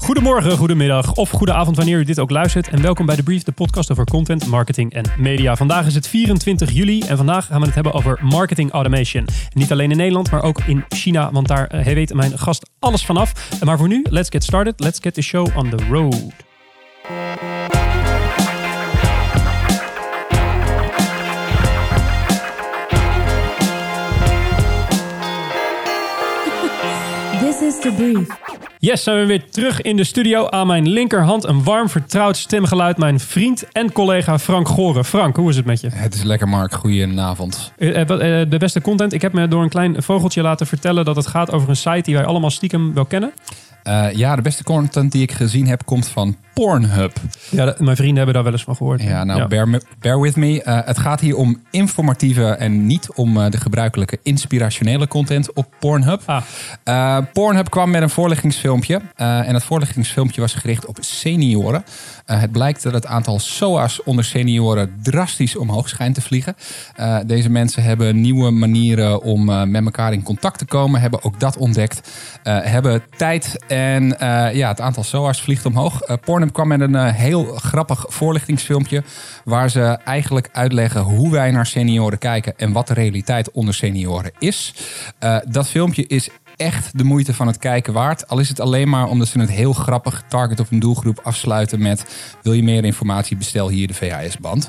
Goedemorgen, goedemiddag of goede avond wanneer u dit ook luistert. En welkom bij The Brief, de podcast over content, marketing en media. Vandaag is het 24 juli en vandaag gaan we het hebben over marketing automation. Niet alleen in Nederland, maar ook in China, want daar weet mijn gast alles vanaf. Maar voor nu, let's get started. Let's get the show on the road. This is The Brief. Yes, zijn we weer terug in de studio. Aan mijn linkerhand een warm, vertrouwd stemgeluid. Mijn vriend en collega Frank Goren. Frank, hoe is het met je? Het is lekker, Mark. Goedenavond. De beste content. Ik heb me door een klein vogeltje laten vertellen dat het gaat over een site die wij allemaal stiekem wel kennen. De beste content die ik gezien heb komt van Pornhub. Ja, mijn vrienden hebben daar wel eens van gehoord. Ja. Bear with me. Het gaat hier om informatieve en niet om de gebruikelijke inspirationele content op Pornhub. Pornhub kwam met een voorlichtingsfilmpje. En dat voorlichtingsfilmpje was gericht op senioren. Het blijkt dat het aantal SOA's onder senioren drastisch omhoog schijnt te vliegen. Deze mensen hebben nieuwe manieren om met elkaar in contact te komen. Hebben ook dat ontdekt. Hebben tijd en het aantal SOA's vliegt omhoog. Pornhub kwam met een heel grappig voorlichtingsfilmpje waar ze eigenlijk uitleggen hoe wij naar senioren kijken en wat de realiteit onder senioren is. Dat filmpje is echt de moeite van het kijken waard. Al is het alleen maar omdat ze het heel grappig target op een doelgroep afsluiten met: wil je meer informatie, bestel hier de VHS-band.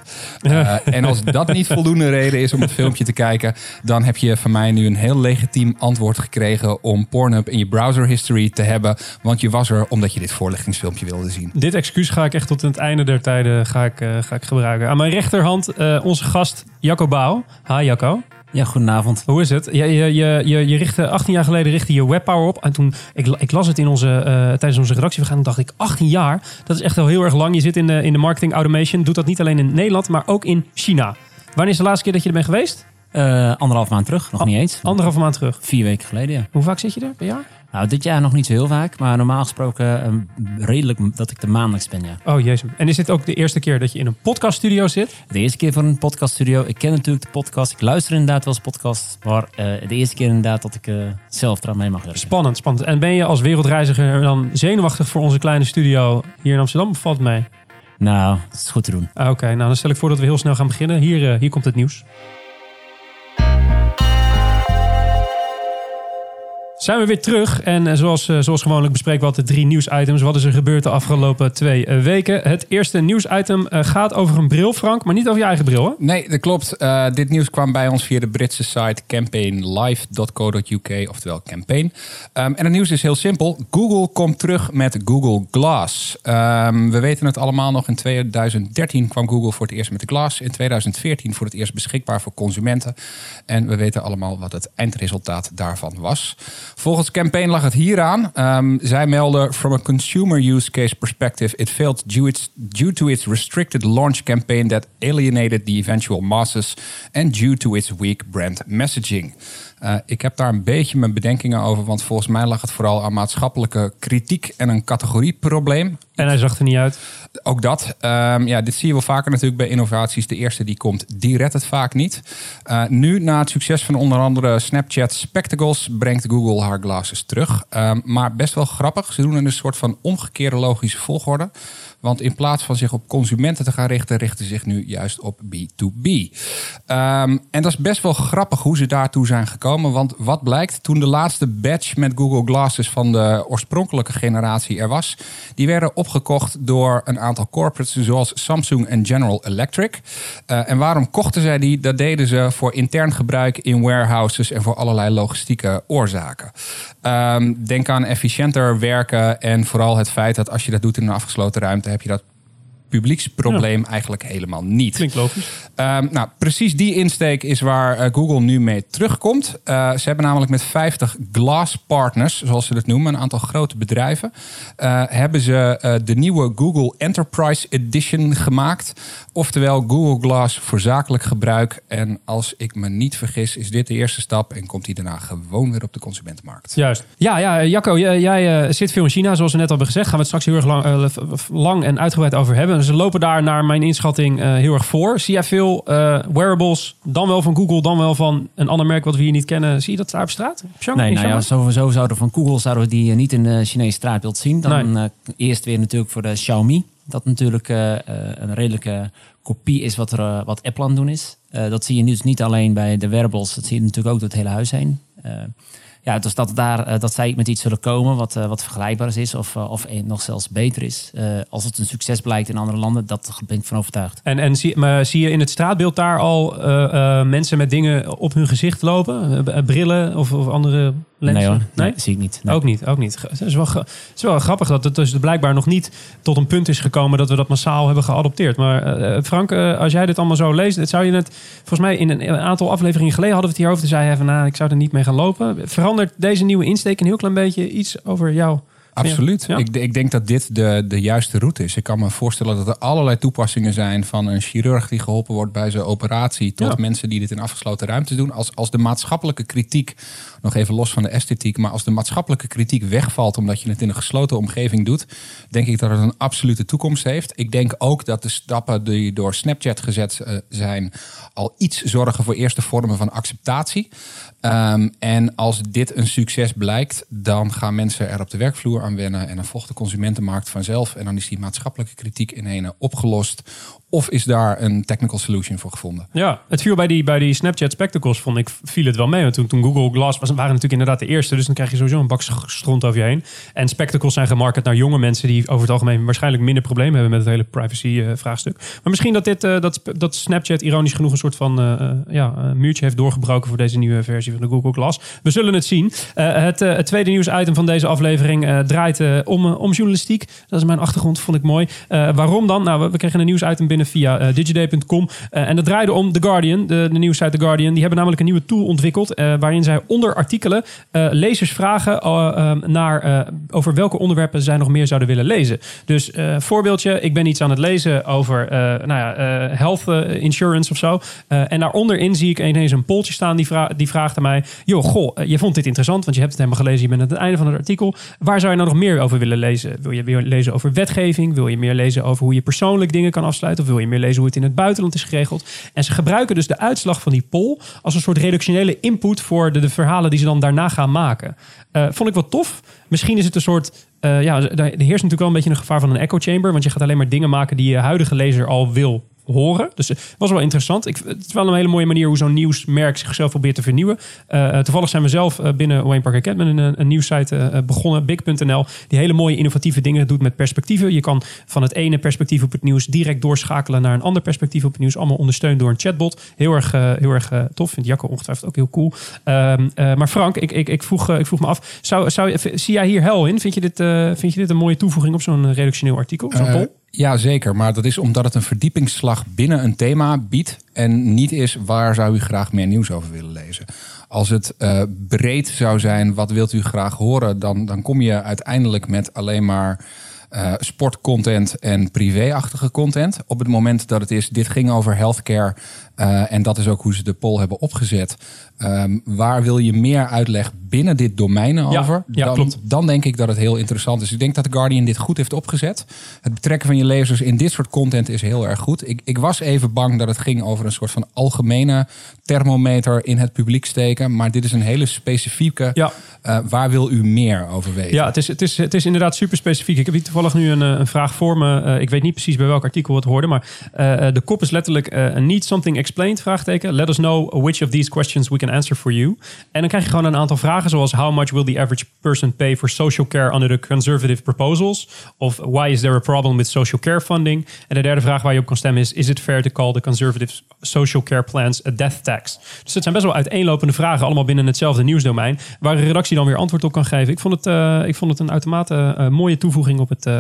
En als dat niet voldoende reden is om het filmpje te kijken, dan heb je van mij nu een heel legitiem antwoord gekregen om Pornhub in je browser history te hebben, want je was er omdat je dit voorlichtingsfilmpje wilde zien. Dit excuus ga ik echt tot het einde der tijden ga ik gebruiken. Aan mijn rechterhand onze gast Jacco Bouw. Hi Jacco. Ja, goedenavond. Hoe is het? Je richtte 18 jaar geleden je webpower op. En toen, ik las het tijdens onze redactievergadering, dacht ik, 18 jaar, dat is echt wel heel erg lang. Je zit in de marketing automation. Doet dat niet alleen in Nederland, maar ook in China. Wanneer is de laatste keer dat je er bent geweest? 1,5 maand terug, nog niet eens. 1,5 maand terug? 4 weken geleden, ja. Hoe vaak zit je er per jaar? Nou, dit jaar nog niet zo heel vaak, maar normaal gesproken redelijk dat ik er maandelijks ben, ja. Oh jezus. En is dit ook de eerste keer dat je in een podcaststudio zit? De eerste keer voor een podcaststudio. Ik ken natuurlijk de podcast. Ik luister inderdaad wel eens podcasts. Maar de eerste keer inderdaad dat ik zelf eraan mee mag werken. Spannend. En ben je als wereldreiziger dan zenuwachtig voor onze kleine studio hier in Amsterdam? Of valt het mee? Nou, het is goed te doen. Oké, nou dan stel ik voor dat we heel snel gaan beginnen. Hier komt het nieuws. Zijn we weer terug en zoals gewoonlijk bespreken we altijd 3 nieuwsitems. Wat is er gebeurd de afgelopen 2 weken? Het eerste nieuwsitem gaat over een bril, Frank, maar niet over je eigen bril, hè? Nee, dat klopt. Dit nieuws kwam bij ons via de Britse site campaignlive.co.uk, oftewel Campaign. En het nieuws is heel simpel. Google komt terug met Google Glass. We weten het allemaal nog. In 2013 kwam Google voor het eerst met de Glass. In 2014 voor het eerst beschikbaar voor consumenten. En we weten allemaal wat het eindresultaat daarvan was. Volgens Campaign lag het hieraan. Zij melden: from a consumer use case perspective, it failed due to its restricted launch campaign that alienated the eventual masses and due to its weak brand messaging. Ik heb daar een beetje mijn bedenkingen over, want volgens mij lag het vooral aan maatschappelijke kritiek en een categorieprobleem. En hij zag er niet uit. Ook dat. Dit zie je wel vaker natuurlijk bij innovaties. De eerste die komt, die redt het vaak niet. Nu, na het succes van onder andere Snapchat Spectacles, brengt Google haar glasses terug. Maar best wel grappig. Ze doen een soort van omgekeerde logische volgorde. Want in plaats van zich op consumenten te gaan richten ze zich nu juist op B2B. En dat is best wel grappig hoe ze daartoe zijn gekomen. Want wat blijkt, toen de laatste batch met Google Glasses van de oorspronkelijke generatie er was, die werden opgekocht door een aantal corporates zoals Samsung en General Electric. En waarom kochten zij die? Dat deden ze voor intern gebruik in warehouses en voor allerlei logistieke oorzaken. Denk aan efficiënter werken en vooral het feit dat als je dat doet in een afgesloten ruimte, heb je dat publieksprobleem eigenlijk helemaal niet. Klinkt logisch. Precies die insteek is waar Google nu mee terugkomt. Ze hebben namelijk met 50 Glass partners, zoals ze dat noemen, een aantal grote bedrijven, hebben ze de nieuwe Google Enterprise Edition gemaakt. Oftewel Google Glass voor zakelijk gebruik. En als ik me niet vergis, is dit de eerste stap en komt die daarna gewoon weer op de consumentenmarkt. Juist. Ja, Jacco, jij zit veel in China, zoals we net al hebben gezegd. Gaan we het straks heel erg lang en uitgebreid over hebben. ze lopen daar naar mijn inschatting heel erg voor. Zie jij veel wearables, dan wel van Google, dan wel van een ander merk wat we hier niet kennen. Zie je dat daar op straat? Sowieso zouden van Google zouden we die niet in de Chinese straatbeeld zien. Dan eerst weer natuurlijk voor de Xiaomi. Dat natuurlijk een redelijke kopie is wat Apple aan het doen is. Dat zie je dus niet alleen bij de wearables. Dat zie je natuurlijk ook door het hele huis heen. Dus dat zij met iets zullen komen wat vergelijkbaar is of nog zelfs beter is. Als het een succes blijkt in andere landen, dat ben ik van overtuigd. En zie je in het straatbeeld daar al mensen met dingen op hun gezicht lopen? Brillen of andere lenzen? Nee hoor, nee, zie ik niet. Nee. Ook niet. Het is wel grappig dat het dus blijkbaar nog niet tot een punt is gekomen dat we dat massaal hebben geadopteerd. Maar Frank, als jij dit allemaal zo leest, zou je het volgens mij in een aantal afleveringen geleden hadden we het hierover. Toen zei hij van, ik zou er niet mee gaan lopen. Verandert deze nieuwe insteek een heel klein beetje iets over jou? Absoluut. Ja. Ik denk dat dit de juiste route is. Ik kan me voorstellen dat er allerlei toepassingen zijn van een chirurg die geholpen wordt bij zijn operatie tot mensen die dit in afgesloten ruimtes doen. Als de maatschappelijke kritiek, nog even los van de esthetiek, maar als de maatschappelijke kritiek wegvalt omdat je het in een gesloten omgeving doet, denk ik dat het een absolute toekomst heeft. Ik denk ook dat de stappen die door Snapchat gezet zijn al iets zorgen voor eerste vormen van acceptatie. En als dit een succes blijkt, dan gaan mensen er op de werkvloer aan wennen en dan volgt de consumentenmarkt vanzelf en dan is die maatschappelijke kritiek in ene opgelost. Of is daar een technical solution voor gevonden? Ja, het viel bij die Snapchat Spectacles, viel het wel mee. Want toen Google Glass waren natuurlijk inderdaad de eerste. Dus dan krijg je sowieso een bak stront over je heen. En Spectacles zijn gemarket naar jonge mensen die over het algemeen waarschijnlijk minder problemen hebben met het hele privacy vraagstuk. Maar misschien dat Snapchat ironisch genoeg een soort van muurtje heeft doorgebroken voor deze nieuwe versie van de Google Glass. We zullen het zien. Het tweede nieuwsitem van deze aflevering draait om journalistiek. Dat is mijn achtergrond, vond ik mooi. Waarom dan? Nou, we kregen een nieuwsitem binnen via digiday.com. En dat draaide om The Guardian, de nieuwssite The Guardian. Die hebben namelijk een nieuwe tool ontwikkeld waarin zij onder artikelen lezers vragen over welke onderwerpen zij nog meer zouden willen lezen. Dus voorbeeldje, ik ben iets aan het lezen over health insurance of zo. En daaronderin zie ik ineens een polltje staan die vraagt aan mij, je vond dit interessant, want je hebt het helemaal gelezen, je bent aan het einde van het artikel. Waar zou je nou nog meer over willen lezen? Wil je meer lezen over wetgeving? Wil je meer lezen over hoe je persoonlijk dingen kan afsluiten? Of wil je meer lezen hoe het in het buitenland is geregeld? En ze gebruiken dus de uitslag van die poll als een soort redactionele input voor de verhalen die ze dan daarna gaan maken. Vond ik wel tof. Misschien is het een soort... er heerst natuurlijk wel een beetje een gevaar van een echo chamber, want je gaat alleen maar dingen maken die je huidige lezer al wil horen. Dus het was wel interessant. Het is wel een hele mooie manier hoe zo'n nieuwsmerk zichzelf probeert te vernieuwen. Toevallig zijn we zelf binnen Wayne Parker Cat met een nieuwssite begonnen, big.nl, die hele mooie innovatieve dingen doet met perspectieven. Je kan van het ene perspectief op het nieuws direct doorschakelen naar een ander perspectief op het nieuws. Allemaal ondersteund door een chatbot. Heel erg tof. Vindt Jacco ongetwijfeld ook heel cool. Maar Frank, ik vroeg me af, zie jij hier hel in? Vind je dit een mooie toevoeging op zo'n redactioneel artikel? Zo'n poll? Ja, zeker. Maar dat is omdat het een verdiepingsslag binnen een thema biedt en niet is waar zou u graag meer nieuws over willen lezen. Als het breed zou zijn, wat wilt u graag horen, dan kom je uiteindelijk met alleen maar sportcontent en privéachtige content. Op het moment dat het is, dit ging over healthcare en dat is ook hoe ze de poll hebben opgezet. Waar wil je meer uitleg binnen dit domein over? Klopt. Dan denk ik dat het heel interessant is. Ik denk dat The Guardian dit goed heeft opgezet. Het betrekken van je lezers in dit soort content is heel erg goed. Ik was even bang dat het ging over een soort van algemene thermometer in het publiek steken. Maar dit is een hele specifieke. Waar wil u meer over weten? Ja, het is inderdaad super specifiek. Ik heb hier toevallig nu een vraag voor me. Ik weet niet precies bij welk artikel we het hoorden. Maar de kop is letterlijk need something explained? Vraagteken. Let us know which of these questions we can answer for you. En dan krijg je gewoon een aantal vragen zoals how much will the average person pay for social care under the conservative proposals? Of why is there a problem with social care funding? En de derde vraag waar je op kan stemmen is it fair to call the conservative social care plans a death tax? Dus het zijn best wel uiteenlopende vragen, allemaal binnen hetzelfde nieuwsdomein, waar de redactie dan weer antwoord op kan geven. Ik vond het een uitermate mooie toevoeging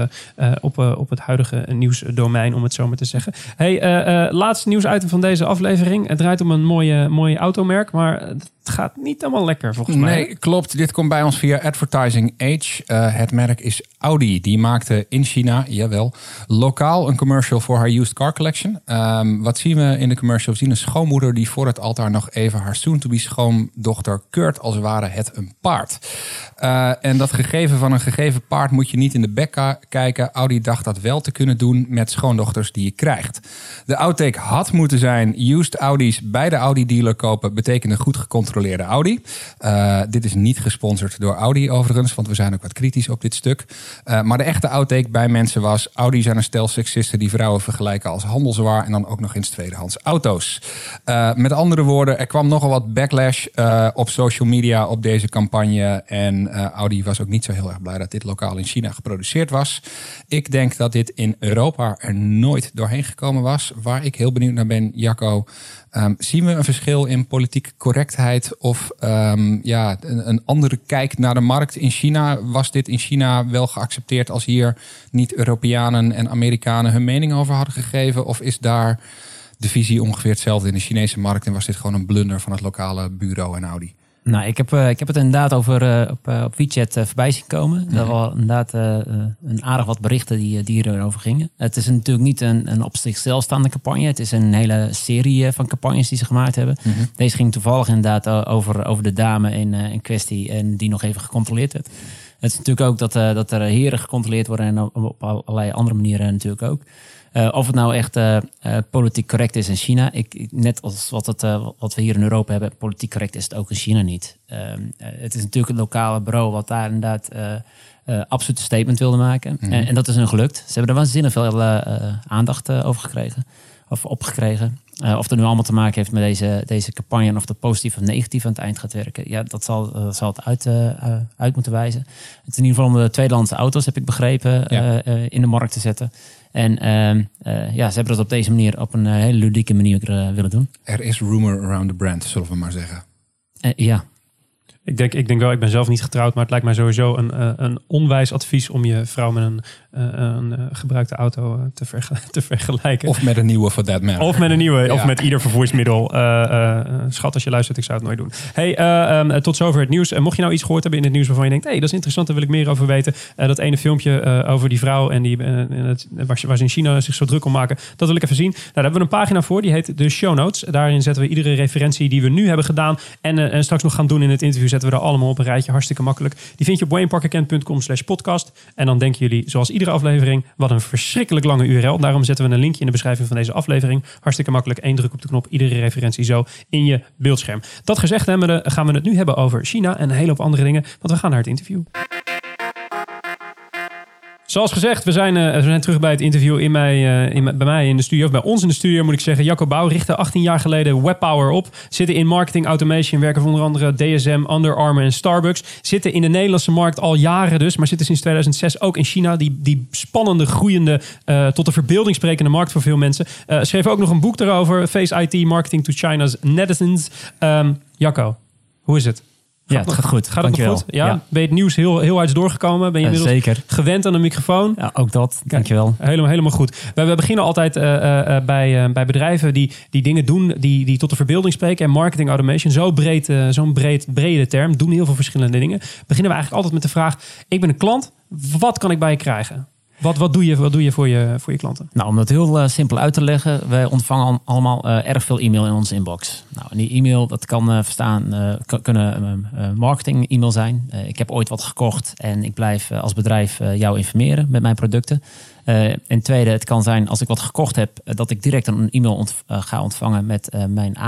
op het huidige nieuwsdomein, om het zo maar te zeggen. Laatste nieuwsitem van deze aflevering. Het draait om een mooie automerk, maar het gaat niet helemaal lekker volgens mij. Nee, klopt. Dit komt bij ons via Advertising Age. Het merk is Audi. Die maakte in China, jawel, lokaal een commercial voor haar used car collection. Wat zien we in de commercial? We zien een schoonmoeder die voor het altaar nog even haar soon-to-be schoondochter keurt als ware het een paard. En dat gegeven van een gegeven paard moet je niet in de bek even kijken. Audi dacht dat wel te kunnen doen met schoondochters die je krijgt. De outtake had moeten zijn: used Audi's bij de Audi-dealer kopen betekent een goed gecontroleerde Audi. Dit is niet gesponsord door Audi overigens, want we zijn ook wat kritisch op dit stuk. Maar de echte outtake bij mensen was: Audi zijn een stel seksisten die vrouwen vergelijken als handelswaar en dan ook nog eens tweedehands auto's. Met andere woorden, er kwam nogal wat backlash op social media op deze campagne. En Audi was ook niet zo heel erg blij dat dit lokaal in China geproduceerd was. Ik denk dat dit in Europa er nooit doorheen gekomen was. Waar ik heel benieuwd naar ben, Jacco. Zien we een verschil in politieke correctheid of een andere kijk naar de markt in China? Was dit in China wel geaccepteerd als hier niet-Europeanen en Amerikanen hun mening over hadden gegeven? Of is daar de visie ongeveer hetzelfde in de Chinese markt en was dit gewoon een blunder van het lokale bureau en Audi? Nou, ik heb het inderdaad over op WeChat voorbij zien komen. Er waren inderdaad een aardig wat berichten die erover gingen. Het is natuurlijk niet een op zichzelf staande campagne. Het is een hele serie van campagnes die ze gemaakt hebben. Mm-hmm. Deze ging toevallig inderdaad over de dame in kwestie en die nog even gecontroleerd werd. Het is natuurlijk ook dat er heren gecontroleerd worden en op allerlei andere manieren natuurlijk ook. Of het nou echt politiek correct is in China. Net als wat we hier in Europa hebben, politiek correct is het ook in China niet. Het is natuurlijk het lokale bureau wat daar inderdaad absoluut een statement wilde maken. Mm-hmm. En dat is hun gelukt. Ze hebben er waanzinnig veel aandacht over gekregen. Of opgekregen. Of dat nu allemaal te maken heeft met deze campagne en of dat positief of negatief aan het eind gaat werken. Ja, dat zal het uit moeten wijzen. Het is in ieder geval om de tweedehandse auto's, heb ik begrepen, in de markt te zetten. En ze hebben dat op deze manier op een hele ludieke manier willen doen. Er is rumor around the brand, zullen we maar zeggen. Ja. Ik denk wel, ik ben zelf niet getrouwd, maar het lijkt mij sowieso een onwijs advies om je vrouw met een gebruikte auto te vergelijken. Of met een nieuwe, for that matter. Of met een nieuwe, of met ieder vervoersmiddel. Schat, als je luistert, ik zou het nooit doen. Hey, tot zover het nieuws. Mocht je nou iets gehoord hebben in het nieuws waarvan je denkt, hey, dat is interessant, daar wil ik meer over weten. Dat ene filmpje over die vrouw en waar ze in China zich zo druk om maken, dat wil ik even zien. Nou, daar hebben we een pagina voor, die heet de Show Notes. Daarin zetten we iedere referentie die we nu hebben gedaan en straks nog gaan doen in het interview, zetten we er allemaal op een rijtje. Hartstikke makkelijk. Die vind je op wayneparkerkent.com/podcast. En dan denken jullie, zoals iedere aflevering, wat een verschrikkelijk lange URL. Daarom zetten we een linkje in de beschrijving van deze aflevering. Hartstikke makkelijk. 1 druk op de knop. Iedere referentie zo in je beeldscherm. Dat gezegd hebbende gaan we het nu hebben over China en een hele hoop andere dingen. Want we gaan naar het interview. Zoals gezegd, we zijn terug bij het interview bij mij in de studio. Of bij ons in de studio moet ik zeggen. Jacco Bouw richtte 18 jaar geleden WebPower op. Zitten in marketing automation. Werken voor onder andere DSM, Under Armour en Starbucks. Zitten in de Nederlandse markt al jaren dus. Maar zitten sinds 2006 ook in China. Die spannende, groeiende, tot de verbeelding sprekende markt voor veel mensen. Schreef ook nog een boek daarover. Face IT, Marketing to China's Netizens. Jacco, hoe is het? Ja, het gaat goed. Gaat het nog goed? Ja? Ben je het nieuws heel uit doorgekomen? Ben je inmiddels zeker gewend aan de microfoon? Ja, ook dat. Dankjewel. Helemaal goed. We beginnen altijd bij bedrijven die dingen doen die tot de verbeelding spreken. En marketing automation, zo'n brede term, doen heel veel verschillende dingen. Beginnen we eigenlijk altijd met de vraag, ik ben een klant, wat kan ik bij je krijgen? Wat doe je voor je klanten? Nou, om dat heel simpel uit te leggen. Wij ontvangen allemaal erg veel e-mail in onze inbox. Nou, en die e-mail, dat kan kunnen marketing e-mail zijn. Ik heb ooit wat gekocht en ik blijf als bedrijf jou informeren met mijn producten. En tweede, het kan zijn als ik wat gekocht heb, dat ik direct een e-mail ga ontvangen met mijn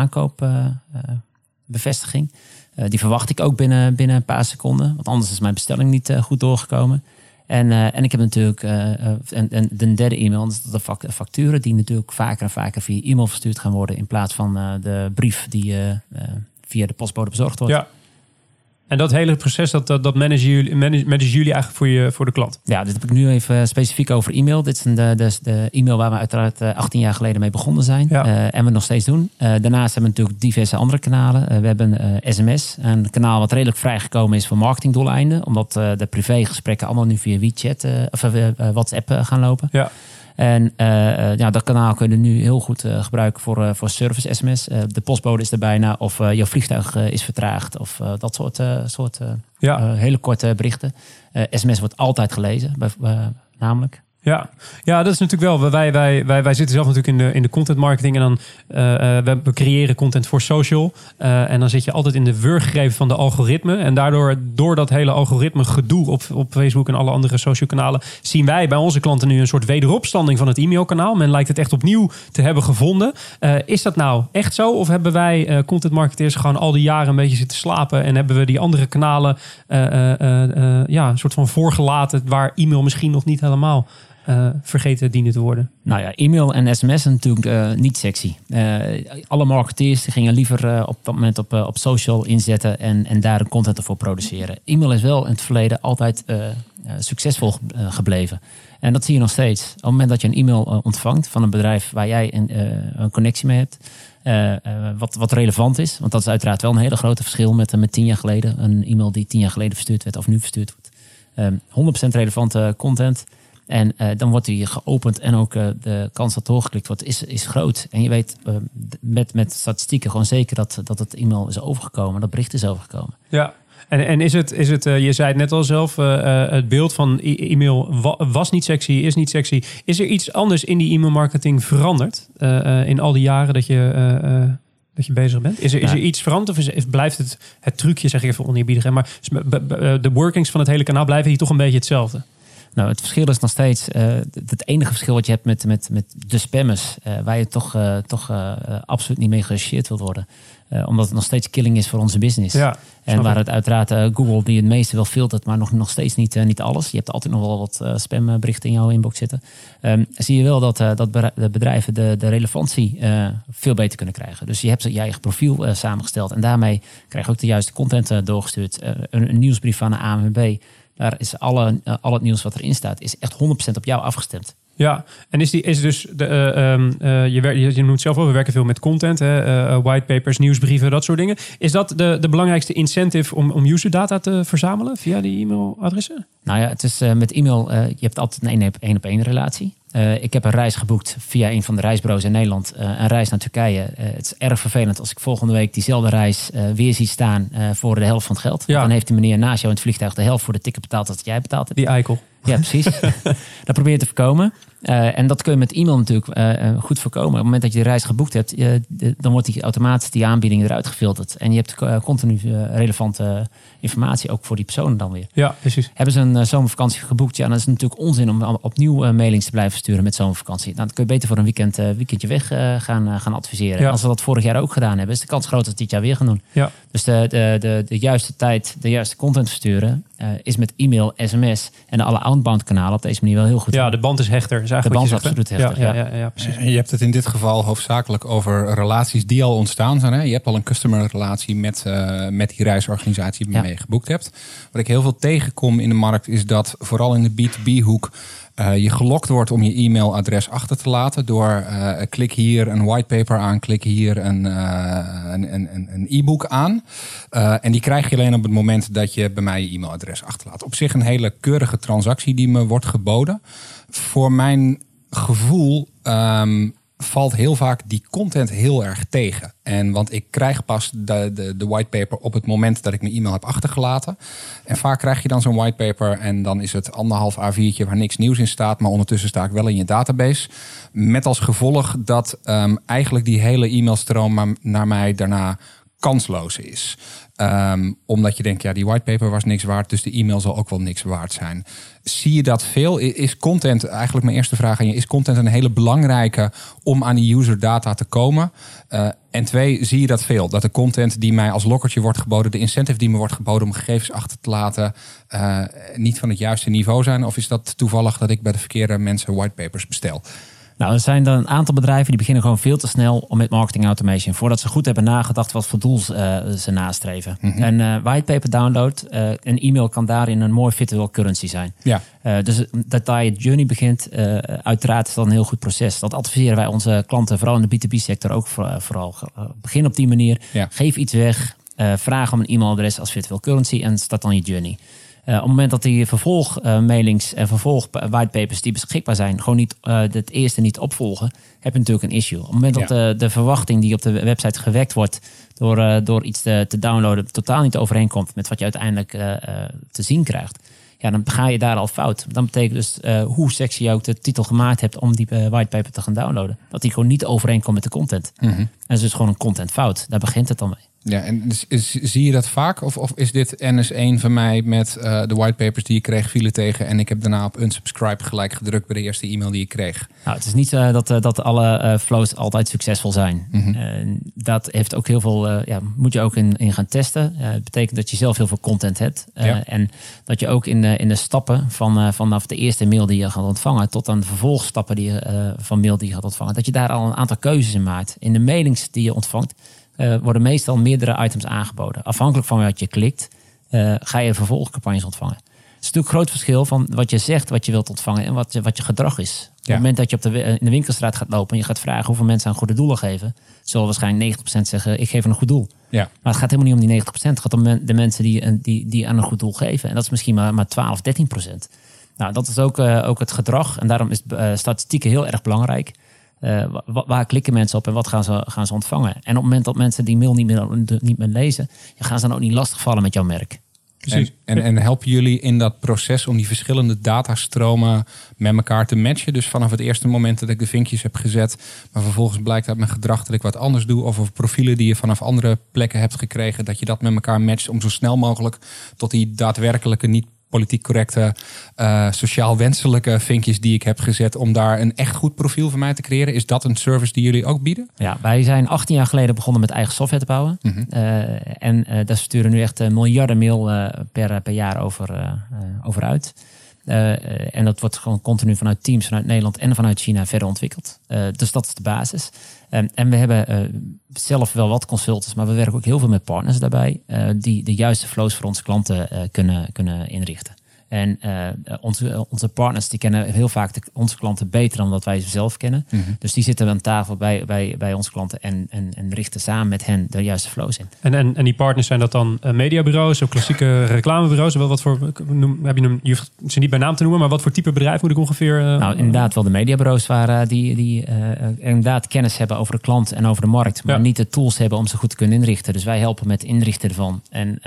aankoopbevestiging. Die verwacht ik ook binnen een paar seconden. Want anders is mijn bestelling niet goed doorgekomen. En ik heb natuurlijk de derde e-mail, dat is de facturen die natuurlijk vaker en vaker via e-mail verstuurd gaan worden in plaats van de brief die via de postbode bezorgd wordt. Ja. En dat hele proces, dat managen jullie eigenlijk voor de klant? Ja, dit heb ik nu even specifiek over e-mail. Dit is de e-mail waar we uiteraard 18 jaar geleden mee begonnen zijn. Ja. En we nog steeds doen. Daarnaast hebben we natuurlijk diverse andere kanalen. We hebben sms, een kanaal wat redelijk vrijgekomen is voor marketingdoeleinden. Omdat de privégesprekken allemaal nu via WeChat of WhatsApp gaan lopen. Ja. En dat kanaal kun je nu heel goed gebruiken voor service sms. De postbode is er bijna, of jouw vliegtuig is vertraagd. Of dat soort hele korte berichten. Sms wordt altijd gelezen, namelijk. Ja, dat is natuurlijk wel. Wij zitten zelf natuurlijk in de content marketing. En dan we creëren content voor social. En dan zit je altijd in de wurggreep van de algoritme. En door dat hele algoritme gedoe op Facebook en alle andere social kanalen, zien wij bij onze klanten nu een soort wederopstanding van het e-mailkanaal. Men lijkt het echt opnieuw te hebben gevonden. Is dat nou echt zo? Of hebben wij content marketeers gewoon al die jaren een beetje zitten slapen en hebben we die andere kanalen een soort van voorgelaten waar e-mail misschien nog niet helemaal vergeten dienen te worden? Nou ja, e-mail en sms zijn natuurlijk niet sexy. Alle marketeers die gingen liever op dat moment op social inzetten en daar een content ervoor produceren. E-mail is wel in het verleden altijd succesvol gebleven. En dat zie je nog steeds. Op het moment dat je een e-mail ontvangt van een bedrijf waar jij een connectie mee hebt, wat relevant is, want dat is uiteraard wel een hele grote verschil met 10 jaar geleden. Een e-mail die 10 jaar geleden verstuurd werd of nu verstuurd wordt. 100% relevante content. En dan wordt die geopend en ook de kans dat doorgeklikt wordt is groot. En je weet met statistieken gewoon zeker dat het e-mail is overgekomen, dat bericht is overgekomen. Ja. En is het je zei het net al zelf, het beeld van e-mail was niet sexy, is niet sexy. Is er iets anders in die e-mailmarketing veranderd in al die jaren dat je bezig bent? Is er iets veranderd of blijft het trucje, zeg ik even oneerbiedig, maar de workings van het hele kanaal blijven hier toch een beetje hetzelfde? Nou, het verschil is nog steeds het enige verschil wat je hebt met de spammers, waar je toch absoluut niet mee geassocieerd wilt worden. Omdat het nog steeds killing is voor onze business. Ja, en waar het uiteraard Google die het meeste wel filtert, maar nog steeds niet alles. Je hebt altijd nog wel wat spamberichten in jouw inbox zitten. Zie je wel dat de bedrijven de relevantie veel beter kunnen krijgen. Dus je hebt je eigen profiel samengesteld en daarmee krijg je ook de juiste content doorgestuurd. Een nieuwsbrief van de ANWB. Daar is al het nieuws wat erin staat, is echt 100% op jou afgestemd. Ja, en is dus je noemt zelf ook, we werken veel met content, whitepapers, nieuwsbrieven, dat soort dingen. Is dat de belangrijkste incentive om userdata te verzamelen via die e-mailadressen? Nou ja, het is met e-mail, je hebt altijd een 1-op-1 relatie. Ik heb een reis geboekt via een van de reisbureaus in Nederland. Een reis naar Turkije. Het is erg vervelend als ik volgende week diezelfde reis weer zie staan voor de helft van het geld. Ja. Dan heeft die meneer naast jou in het vliegtuig de helft voor de ticket betaald dat jij betaald hebt. Die eikel. Ja, precies. Dat probeer je te voorkomen. En dat kun je met e-mail natuurlijk goed voorkomen. Op het moment dat je de reis geboekt hebt, dan wordt die automatisch die aanbieding eruit gefilterd. En je hebt continu relevante informatie ook voor die personen dan weer. Ja, precies. Hebben ze een zomervakantie geboekt? Ja, dan is het natuurlijk onzin om opnieuw mailings te blijven sturen met zomervakantie. Dan kun je beter voor een weekendje weg gaan adviseren. Ja. Als we dat vorig jaar ook gedaan hebben, is de kans groot dat we dit jaar weer gaan doen. Ja. Dus de juiste tijd, de juiste content versturen is met e-mail, sms en alle outbound kanalen op deze manier wel heel goed. Ja, de band is hechter. De band is absoluut hechter. Ja, precies. En je hebt het in dit geval hoofdzakelijk over relaties die al ontstaan zijn. Hè? Je hebt al een customer relatie met die reisorganisatie die je mee geboekt hebt. Wat ik heel veel tegenkom in de markt is dat vooral in de B2B hoek je gelokt wordt om je e-mailadres achter te laten door klik hier een whitepaper aan, klik hier een e-book aan. En die krijg je alleen op het moment dat je bij mij je e-mailadres achterlaat. Op zich een hele keurige transactie die me wordt geboden. Voor mijn gevoel valt heel vaak die content heel erg tegen. Want ik krijg pas de whitepaper op het moment dat ik mijn e-mail heb achtergelaten. En vaak krijg je dan zo'n whitepaper en dan is het 1,5 A4'tje waar niks nieuws in staat. Maar ondertussen sta ik wel in je database. Met als gevolg dat eigenlijk die hele e-mailstroom naar mij daarna kansloos is. Omdat je denkt, ja, die whitepaper was niks waard, dus de e-mail zal ook wel niks waard zijn. Zie je dat veel? Is content, eigenlijk mijn eerste vraag aan je, is content een hele belangrijke om aan die user data te komen? En 2, zie je dat veel? Dat de content die mij als lokkertje wordt geboden, de incentive die me wordt geboden om gegevens achter te laten, niet van het juiste niveau zijn? Of is dat toevallig dat ik bij de verkeerde mensen whitepapers bestel? Nou, er zijn dan een aantal bedrijven die beginnen gewoon veel te snel om met marketing automation. Voordat ze goed hebben nagedacht wat voor doel ze nastreven. Mm-hmm. En whitepaper download, een e-mail kan daarin een mooi virtual currency zijn. Ja. Dus dat daar je journey begint, uiteraard is dat een heel goed proces. Dat adviseren wij onze klanten, vooral in de B2B sector ook vooral. Begin op die manier, geef iets weg, vraag om een e-mailadres als virtual currency en start dan je journey. Op het moment dat die vervolgmailings en vervolg-whitepapers die beschikbaar zijn, gewoon niet het eerste niet opvolgen, heb je natuurlijk een issue. Op het moment dat de verwachting die op de website gewekt wordt door iets te downloaden totaal niet overeenkomt met wat je uiteindelijk te zien krijgt, ja, dan ga je daar al fout. Dan betekent dus hoe sexy je ook de titel gemaakt hebt om die whitepaper te gaan downloaden. Dat die gewoon niet overeenkomt met de content. En dat is dus gewoon een contentfout. Daar begint het dan mee. Ja, en zie je dat vaak? Of is dit NS1 van mij met de whitepapers die je kreeg vielen tegen en ik heb daarna op unsubscribe gelijk gedrukt bij de eerste e-mail die je kreeg? Nou, het is niet dat alle flows altijd succesvol zijn. Dat heeft ook heel veel, moet je ook in gaan testen. Het betekent dat je zelf heel veel content hebt. En dat je ook in de stappen vanaf de eerste mail die je gaat ontvangen tot aan de vervolgstappen van mail die je gaat ontvangen, dat je daar al een aantal keuzes in maakt. In de mailings die je ontvangt worden meestal meerdere items aangeboden. Afhankelijk van wat je klikt, ga je vervolgcampagnes ontvangen. Het is natuurlijk een groot verschil van wat je zegt, wat je wilt ontvangen en wat je gedrag is. Op het moment dat je in de winkelstraat gaat lopen en je gaat vragen hoeveel mensen aan goede doelen geven, zullen waarschijnlijk 90% zeggen, ik geef een goed doel. Ja. Maar het gaat helemaal niet om die 90%. Het gaat om de mensen die aan een goed doel geven. En dat is misschien maar 12-13%. Nou, dat is ook het gedrag. En daarom is statistieken heel erg belangrijk. Waar klikken mensen op en wat gaan ze ontvangen? En op het moment dat mensen die mail niet meer lezen, gaan ze dan ook niet lastigvallen met jouw merk. Precies. En helpen jullie in dat proces om die verschillende datastromen met elkaar te matchen? Dus vanaf het eerste moment dat ik de vinkjes heb gezet, maar vervolgens blijkt uit mijn gedrag dat ik wat anders doe, of over profielen die je vanaf andere plekken hebt gekregen, dat je dat met elkaar matcht om zo snel mogelijk tot die daadwerkelijke niet politiek correcte, sociaal wenselijke vinkjes die ik heb gezet om daar een echt goed profiel van mij te creëren. Is dat een service die jullie ook bieden? Ja, wij zijn 18 jaar geleden begonnen met eigen software te bouwen. En daar sturen nu echt miljarden mail per jaar over uit. En dat wordt gewoon continu vanuit teams, vanuit Nederland en vanuit China verder ontwikkeld. Dus dat is de basis. En we hebben zelf wel wat consultants, maar we werken ook heel veel met partners daarbij, die de juiste flows voor onze klanten kunnen inrichten. En onze partners die kennen heel vaak onze klanten beter dan dat wij ze zelf kennen. Dus die zitten aan tafel bij onze klanten en richten samen met hen de juiste flows in. En die partners, zijn dat dan mediabureaus of klassieke reclamebureaus? Wel wat voor, je hoeft ze niet bij naam te noemen, maar wat voor type bedrijf moet ik ongeveer? Nou, inderdaad wel de mediabureaus die inderdaad kennis hebben over de klant en over de markt, maar niet de tools hebben om ze goed te kunnen inrichten. Dus wij helpen met het inrichten ervan. En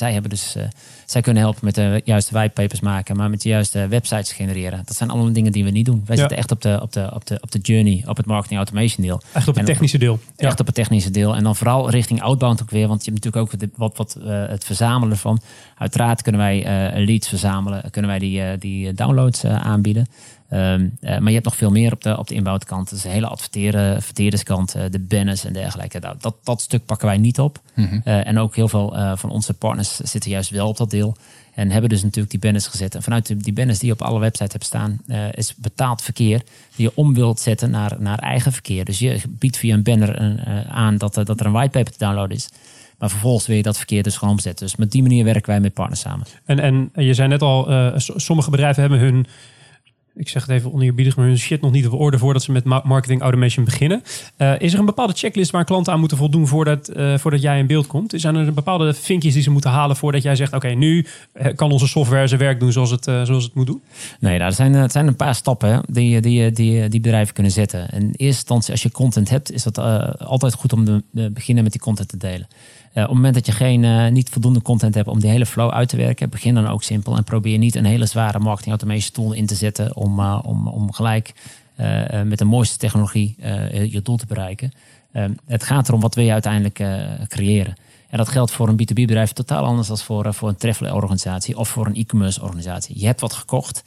zij kunnen helpen met de juiste whitepapers maken, maar met de juiste websites genereren. Dat zijn allemaal dingen die we niet doen. Wij zitten echt op de journey, op het marketing automation deel. Echt op het technische deel. Echt op het technische deel. En dan vooral richting outbound ook weer, want je hebt natuurlijk ook het verzamelen van. Uiteraard kunnen wij leads verzamelen, kunnen wij die downloads aanbieden. Maar je hebt nog veel meer op de inbouwkant. Dus de hele adverteerderskant, de banners en dergelijke. Dat stuk pakken wij niet op. En ook heel veel van onze partners zitten juist wel op dat deel. En hebben dus natuurlijk die banners gezet. En vanuit die banners die je op alle websites hebt staan, is betaald verkeer die je om wilt zetten naar eigen verkeer. Dus je biedt via een banner aan dat er een whitepaper te downloaden is. Maar vervolgens wil je dat verkeer dus gewoon omzetten. Dus met die manier werken wij met partners samen. En je zei net al, sommige bedrijven hebben hun, ik zeg het even oneerbiedig, maar hun shit nog niet op orde voordat ze met marketing automation beginnen. Is er een bepaalde checklist waar klanten aan moeten voldoen voordat jij in beeld komt? Zijn er bepaalde vinkjes die ze moeten halen voordat jij zegt, oké, nu kan onze software zijn werk doen zoals het moet doen? Nee, het zijn een paar stappen die bedrijven kunnen zetten. In eerste instantie, als je content hebt, is dat altijd goed om te beginnen met die content te delen. Op het moment dat je niet voldoende content hebt om die hele flow uit te werken, begin dan ook simpel en probeer niet een hele zware marketing automation tool in te zetten om gelijk met de mooiste technologie je doel te bereiken. Het gaat erom wat wil je uiteindelijk creëren. En dat geldt voor een B2B bedrijf totaal anders dan voor een travel organisatie of voor een e-commerce organisatie. Je hebt wat gekocht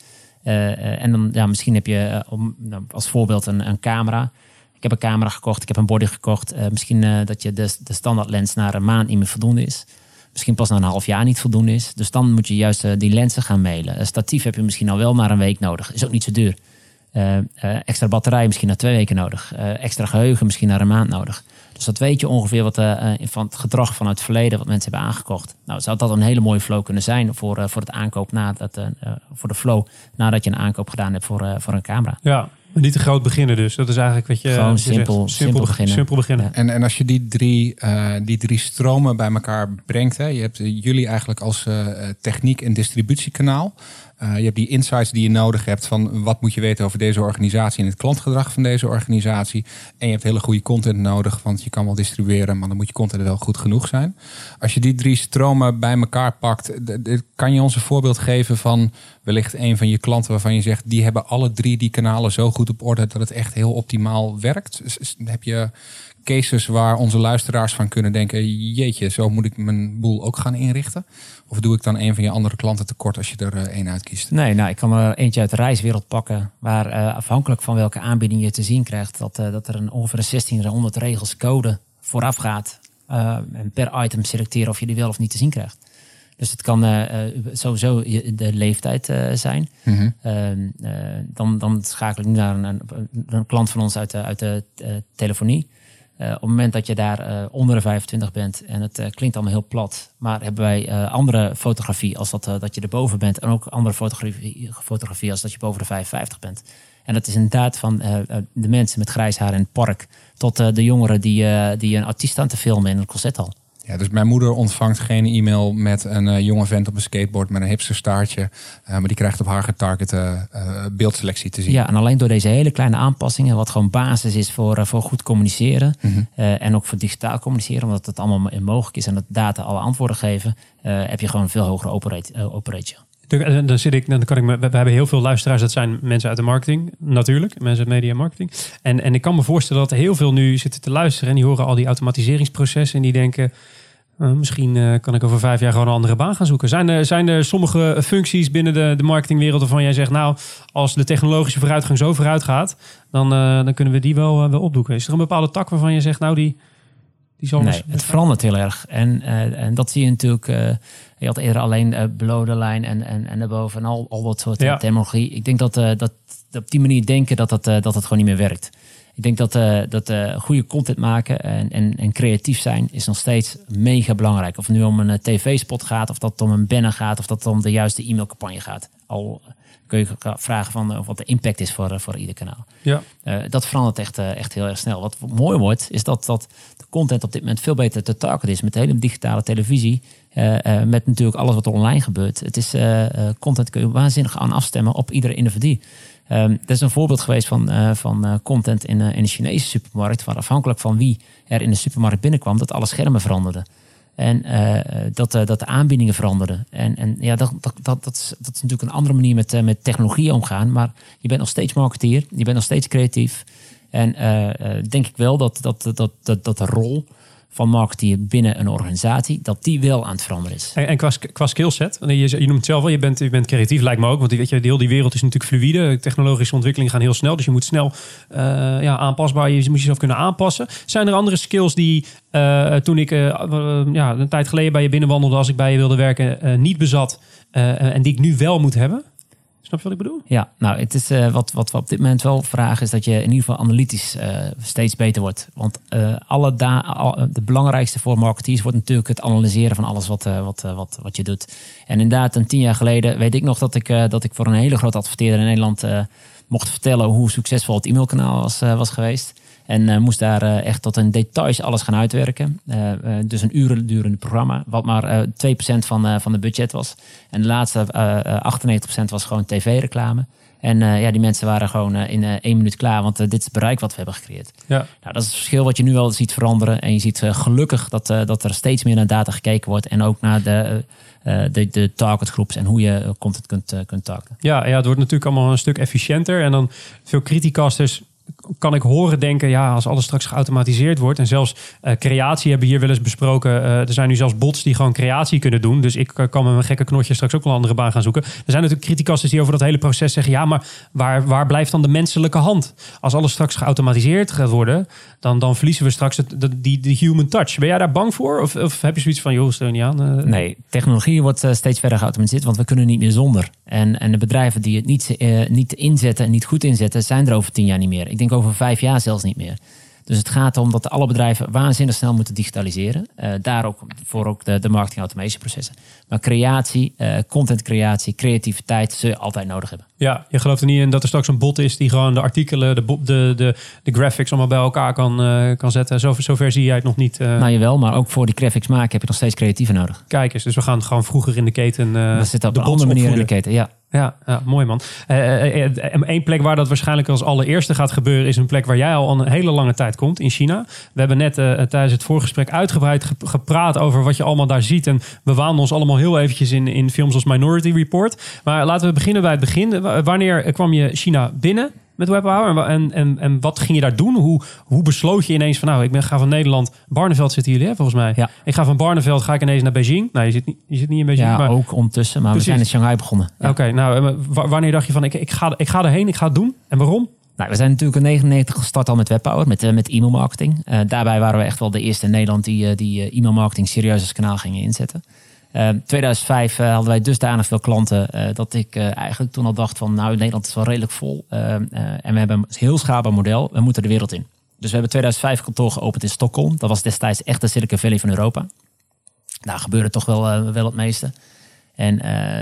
en dan misschien heb je als voorbeeld een camera. Ik heb een camera gekocht, ik heb een body gekocht. Misschien dat je de standaard lens na een maand niet meer voldoende is. Misschien pas na een half jaar niet voldoende is. Dus dan moet je juist die lenzen gaan mailen. Een statief heb je misschien al wel maar een week nodig. Is ook niet zo duur. Extra batterij misschien na 2 weken nodig. Extra geheugen misschien na een maand nodig. Dus dat weet je ongeveer wat van het gedrag vanuit het verleden wat mensen hebben aangekocht. Nou, zou dat een hele mooie flow kunnen zijn voor het aankoop voor de flow nadat je een aankoop gedaan hebt voor een camera. Ja. Maar niet te groot beginnen dus. Dat is eigenlijk wat je gewoon simpel beginnen. Simpel beginnen. Ja. En als je die drie stromen bij elkaar brengt. Hè, je hebt jullie eigenlijk als techniek- en distributiekanaal. Je hebt die insights die je nodig hebt van wat moet je weten over deze organisatie en het klantgedrag van deze organisatie. En je hebt hele goede content nodig, want je kan wel distribueren, maar dan moet je content wel goed genoeg zijn. Als je die 3 stromen bij elkaar pakt, kan je ons een voorbeeld geven van wellicht een van je klanten waarvan je zegt, die hebben alle 3 die kanalen zo goed op orde dat het echt heel optimaal werkt? Heb je cases waar onze luisteraars van kunnen denken, jeetje, zo moet ik mijn boel ook gaan inrichten? Of doe ik dan een van je andere klanten tekort als je er 1 uitkiest? Nee, ik kan er eentje uit de reiswereld pakken, waar afhankelijk van welke aanbieding je te zien krijgt, dat er ongeveer 1600 regels code vooraf gaat. En per item selecteren of je die wel of niet te zien krijgt. Dus het kan sowieso de leeftijd zijn. Mm-hmm. Dan schakel ik nu naar een klant van ons uit de telefonie. Op het moment dat je daar onder de 25 bent en het klinkt allemaal heel plat, maar hebben wij andere fotografie als dat je erboven bent en ook andere fotografie als dat je boven de 55 bent. En dat is inderdaad van de mensen met grijs haar in het park tot de jongeren die een artiest aan te filmen in een concerthal. Ja, dus mijn moeder ontvangt geen e-mail met een jonge vent op een skateboard met een hipster staartje. Maar die krijgt op haar getargete beeldselectie te zien. Ja, en alleen door deze hele kleine aanpassingen, wat gewoon basis is voor goed communiceren. Mm-hmm. En ook voor digitaal communiceren, omdat het allemaal mogelijk is en dat data alle antwoorden geven, heb je gewoon een veel hogere operate. We hebben heel veel luisteraars, dat zijn mensen uit de marketing, natuurlijk, mensen uit media en marketing. En ik kan me voorstellen dat er heel veel nu zitten te luisteren en die horen al die automatiseringsprocessen en die denken, misschien kan ik over 5 jaar gewoon een andere baan gaan zoeken. Zijn er sommige functies binnen de marketingwereld waarvan jij zegt, nou, als de technologische vooruitgang zo vooruit gaat, dan kunnen we die wel opdoeken. Is er een bepaalde tak waarvan je zegt, nou, die zal... Nee, het verandert heel erg. En dat zie je natuurlijk. Je had eerder alleen below the line en daarboven en al dat soort technologie. Ik denk dat op die manier denken dat het gewoon niet meer werkt. Ik denk dat goede content maken en creatief zijn is nog steeds mega belangrijk. Of het nu om een tv-spot gaat, of dat het om een banner gaat, of dat het om de juiste e-mailcampagne gaat. Al kun je vragen van wat de impact is voor ieder kanaal. Ja. Dat verandert echt heel erg snel. Wat mooi wordt, is dat de content op dit moment veel beter te targeten is met de hele digitale televisie. Met natuurlijk alles wat er online gebeurt. Het is content kun je waanzinnig aan afstemmen op iedere individu. Er is een voorbeeld geweest van content in een Chinese supermarkt, waar afhankelijk van wie er in de supermarkt binnenkwam, dat alle schermen veranderden. En dat de aanbiedingen veranderden. En ja, dat is natuurlijk een andere manier met technologie omgaan. Maar je bent nog steeds marketeer, je bent nog steeds creatief. En denk ik wel dat de rol van marketeer binnen een organisatie, dat die wel aan het veranderen is. En qua skillset, je noemt het zelf wel, je bent creatief, lijkt me ook. Want weet je, heel die wereld is natuurlijk fluïde. Technologische ontwikkelingen gaan heel snel. Dus je moet snel aanpasbaar, je moet jezelf kunnen aanpassen. Zijn er andere skills die toen ik een tijd geleden bij je binnenwandelde, als ik bij je wilde werken, niet bezat en die ik nu wel moet hebben? Snap je wat ik bedoel? Ja, nou, het is wat we op dit moment wel vragen, is dat je in ieder geval analytisch steeds beter wordt. Want de belangrijkste voor marketeers wordt natuurlijk het analyseren van alles wat je doet. En inderdaad, 10 jaar geleden weet ik nog dat ik voor een hele grote adverteerder in Nederland mocht vertellen hoe succesvol het e-mailkanaal was geweest. En moest daar echt tot in details alles gaan uitwerken. Dus een uren durende programma, wat maar 2% van de budget was. En de laatste 98% was gewoon tv-reclame. En die mensen waren gewoon in 1 minuut klaar, want dit is het bereik wat we hebben gecreëerd. Ja. Nou, dat is het verschil wat je nu al ziet veranderen. En je ziet gelukkig dat er steeds meer naar data gekeken wordt. En ook naar de targetgroeps en hoe je content kunt targeten. Ja, het wordt natuurlijk allemaal een stuk efficiënter. En dan veel criticasters kan ik horen denken, ja, als alles straks geautomatiseerd wordt en zelfs creatie hebben we hier wel eens besproken. Er zijn nu zelfs bots die gewoon creatie kunnen doen. Dus ik kan met mijn gekke knotje straks ook wel een andere baan gaan zoeken. Er zijn natuurlijk criticasters die over dat hele proces zeggen, ja, maar waar blijft dan de menselijke hand? Als alles straks geautomatiseerd gaat worden, dan verliezen we straks die human touch. Ben jij daar bang voor? Of heb je zoiets van, joh, steun niet aan? Nee, technologie wordt steeds verder geautomatiseerd, want we kunnen niet meer zonder. En de bedrijven die het niet inzetten en niet goed inzetten, zijn er over 10 jaar niet meer. Ik denk over 5 jaar zelfs niet meer. Dus het gaat om dat alle bedrijven waanzinnig snel moeten digitaliseren. Daar ook voor de marketing automation processen. Maar creatie, contentcreatie, creativiteit zul je altijd nodig hebben. Ja, je gelooft er niet in dat er straks een bot is die gewoon de artikelen, de graphics allemaal bij elkaar kan zetten. Zover zie jij het nog niet. Nou jawel, maar ook voor die graphics maken heb je nog steeds creatieven nodig. Kijk eens, dus we gaan gewoon vroeger in de keten. Dat zit op een andere manier in de keten, ja. Ja, mooi man. Eén plek waar dat waarschijnlijk als allereerste gaat gebeuren is een plek waar jij al een hele lange tijd komt, in China. We hebben net tijdens het voorgesprek uitgebreid gepraat over wat je allemaal daar ziet. En we waanden ons allemaal heel eventjes in films als Minority Report. Maar laten we beginnen bij het begin. Wanneer kwam je China binnen met WebHour? En wat ging je daar doen? Hoe besloot je ineens van ik ga van Nederland... Barneveld zitten jullie volgens mij. Ja. Ik ga van Barneveld, ga ik ineens naar Beijing. Nou, je zit niet in Beijing. Ja, maar ook ondertussen. Maar precies. We zijn in Shanghai begonnen. Ja. Oké, wanneer dacht je van ik ga erheen, ik ga het doen? En waarom? Nou, we zijn natuurlijk in 1999 gestart al met WebHour, met e-mailmarketing. Daarbij waren we echt wel de eerste in Nederland die e-mailmarketing serieus als kanaal gingen inzetten. 2005 hadden wij dusdanig veel klanten dat ik eigenlijk toen al dacht van Nederland is wel redelijk vol. En we hebben een heel schaalbaar model. We moeten de wereld in. Dus we hebben 2005 kantoor geopend in Stockholm. Dat was destijds echt de Silicon Valley van Europa. Daar gebeurde toch wel het meeste. En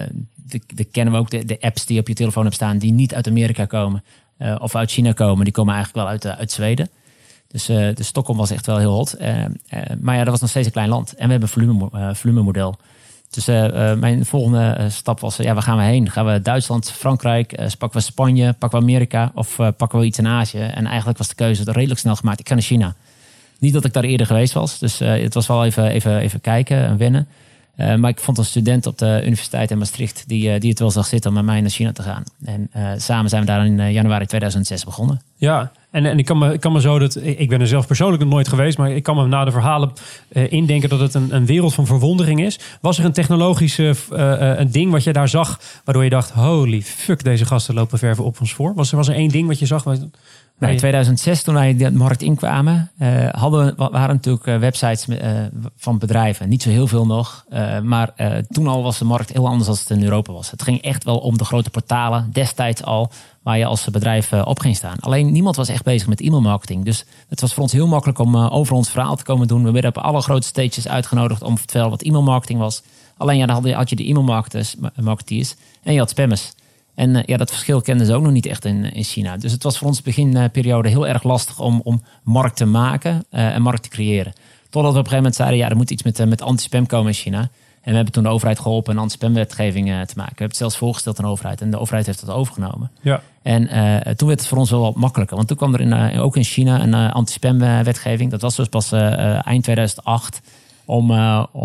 de kennen we ook de apps die op je telefoon hebt staan die niet uit Amerika komen of uit China komen. Die komen eigenlijk wel uit Zweden. Dus Stockholm was echt wel heel hot. Maar dat was nog steeds een klein land. En we hebben een volumemodel. Dus mijn volgende stap was, waar gaan we heen? Gaan we Duitsland, Frankrijk, pakken we Spanje, pakken we Amerika of pakken we iets in Azië? En eigenlijk was de keuze redelijk snel gemaakt. Ik ga naar China. Niet dat ik daar eerder geweest was. Dus het was wel even kijken en wennen. Maar ik vond een student op de universiteit in Maastricht die het wel zag zitten om met mij naar China te gaan. En samen zijn we daar in januari 2006 begonnen. Ja, en ik kan me zo ik ben er zelf persoonlijk nog nooit geweest, maar ik kan me na de verhalen indenken dat het een wereld van verwondering is. Was er een technologische een ding wat je daar zag, waardoor je dacht, holy fuck, deze gasten lopen ver op ons voor? Was er één ding wat je zag? In 2006, toen wij de markt inkwamen, waren natuurlijk websites van bedrijven. Niet zo heel veel nog. Maar toen al was de markt heel anders dan het in Europa was. Het ging echt wel om de grote portalen, destijds al, waar je als bedrijf op ging staan. Alleen niemand was echt bezig met e-mailmarketing. Dus het was voor ons heel makkelijk om over ons verhaal te komen doen. We werden op alle grote stages uitgenodigd om te vertellen wat e-mailmarketing was. Alleen dan had je de e-mailmarketeers en je had spammers. En dat verschil kenden ze ook nog niet echt in China. Dus het was voor ons beginperiode heel erg lastig om markt te maken en markt te creëren. Totdat we op een gegeven moment zeiden, er moet iets met anti-spam komen in China. En we hebben toen de overheid geholpen een anti-spam-wetgeving te maken. We hebben het zelfs voorgesteld aan de overheid en de overheid heeft dat overgenomen. Ja. En toen werd het voor ons wel wat makkelijker. Want toen kwam er ook in China een anti-spam-wetgeving. Dat was dus pas eind 2008 om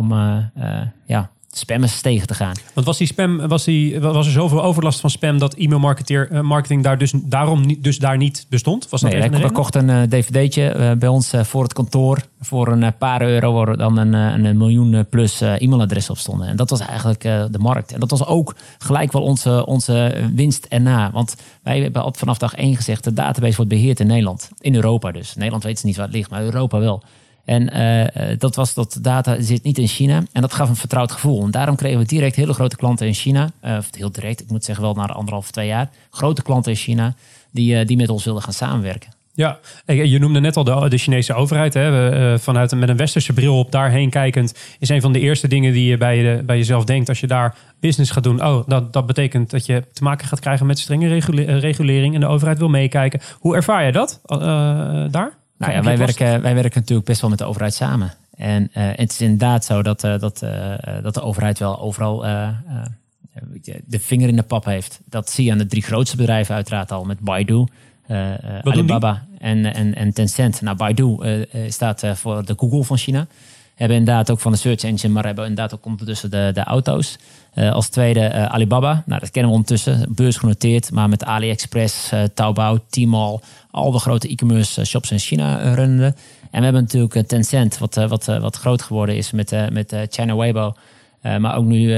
spammers tegen te gaan. Want was er zoveel overlast van spam dat e-mailmarketing daar niet bestond? Was dat we kochten een dvd'tje bij ons voor het kantoor. Voor een paar euro waar dan een miljoen plus e-mailadressen op stonden. En dat was eigenlijk de markt. En dat was ook gelijk wel onze winst erna. Want wij hebben al vanaf dag 1 gezegd, de database wordt beheerd in Nederland. In Europa dus. Nederland weet niet waar het ligt, maar Europa wel. En dat data zit niet in China. En dat gaf een vertrouwd gevoel. En daarom kregen we direct hele grote klanten in China. Of heel direct, ik moet zeggen wel na 1,5-2 jaar. Grote klanten in China die met ons wilden gaan samenwerken. Ja, je noemde net al de Chinese overheid. Hè? Met een westerse bril op daarheen kijkend is een van de eerste dingen die je bij jezelf denkt als je daar business gaat doen. Dat betekent dat je te maken gaat krijgen met strenge regulering en de overheid wil meekijken. Hoe ervaar je dat daar? Wij werken natuurlijk best wel met de overheid samen. En het is inderdaad zo dat de overheid wel overal de vinger in de pap heeft. Dat zie je aan de 3 grootste bedrijven uiteraard al. Met Baidu, Alibaba en Tencent. Nou, Baidu staat voor de Google van China. Hebben inderdaad ook van de search engine, maar hebben inderdaad ook ondertussen de auto's. Als tweede Alibaba. Nou, dat kennen we ondertussen. Beursgenoteerd, maar met AliExpress, Taobao, Tmall. Al de grote e-commerce shops in China runnen. En we hebben natuurlijk Tencent, wat groot geworden is met China Weibo. Maar ook nu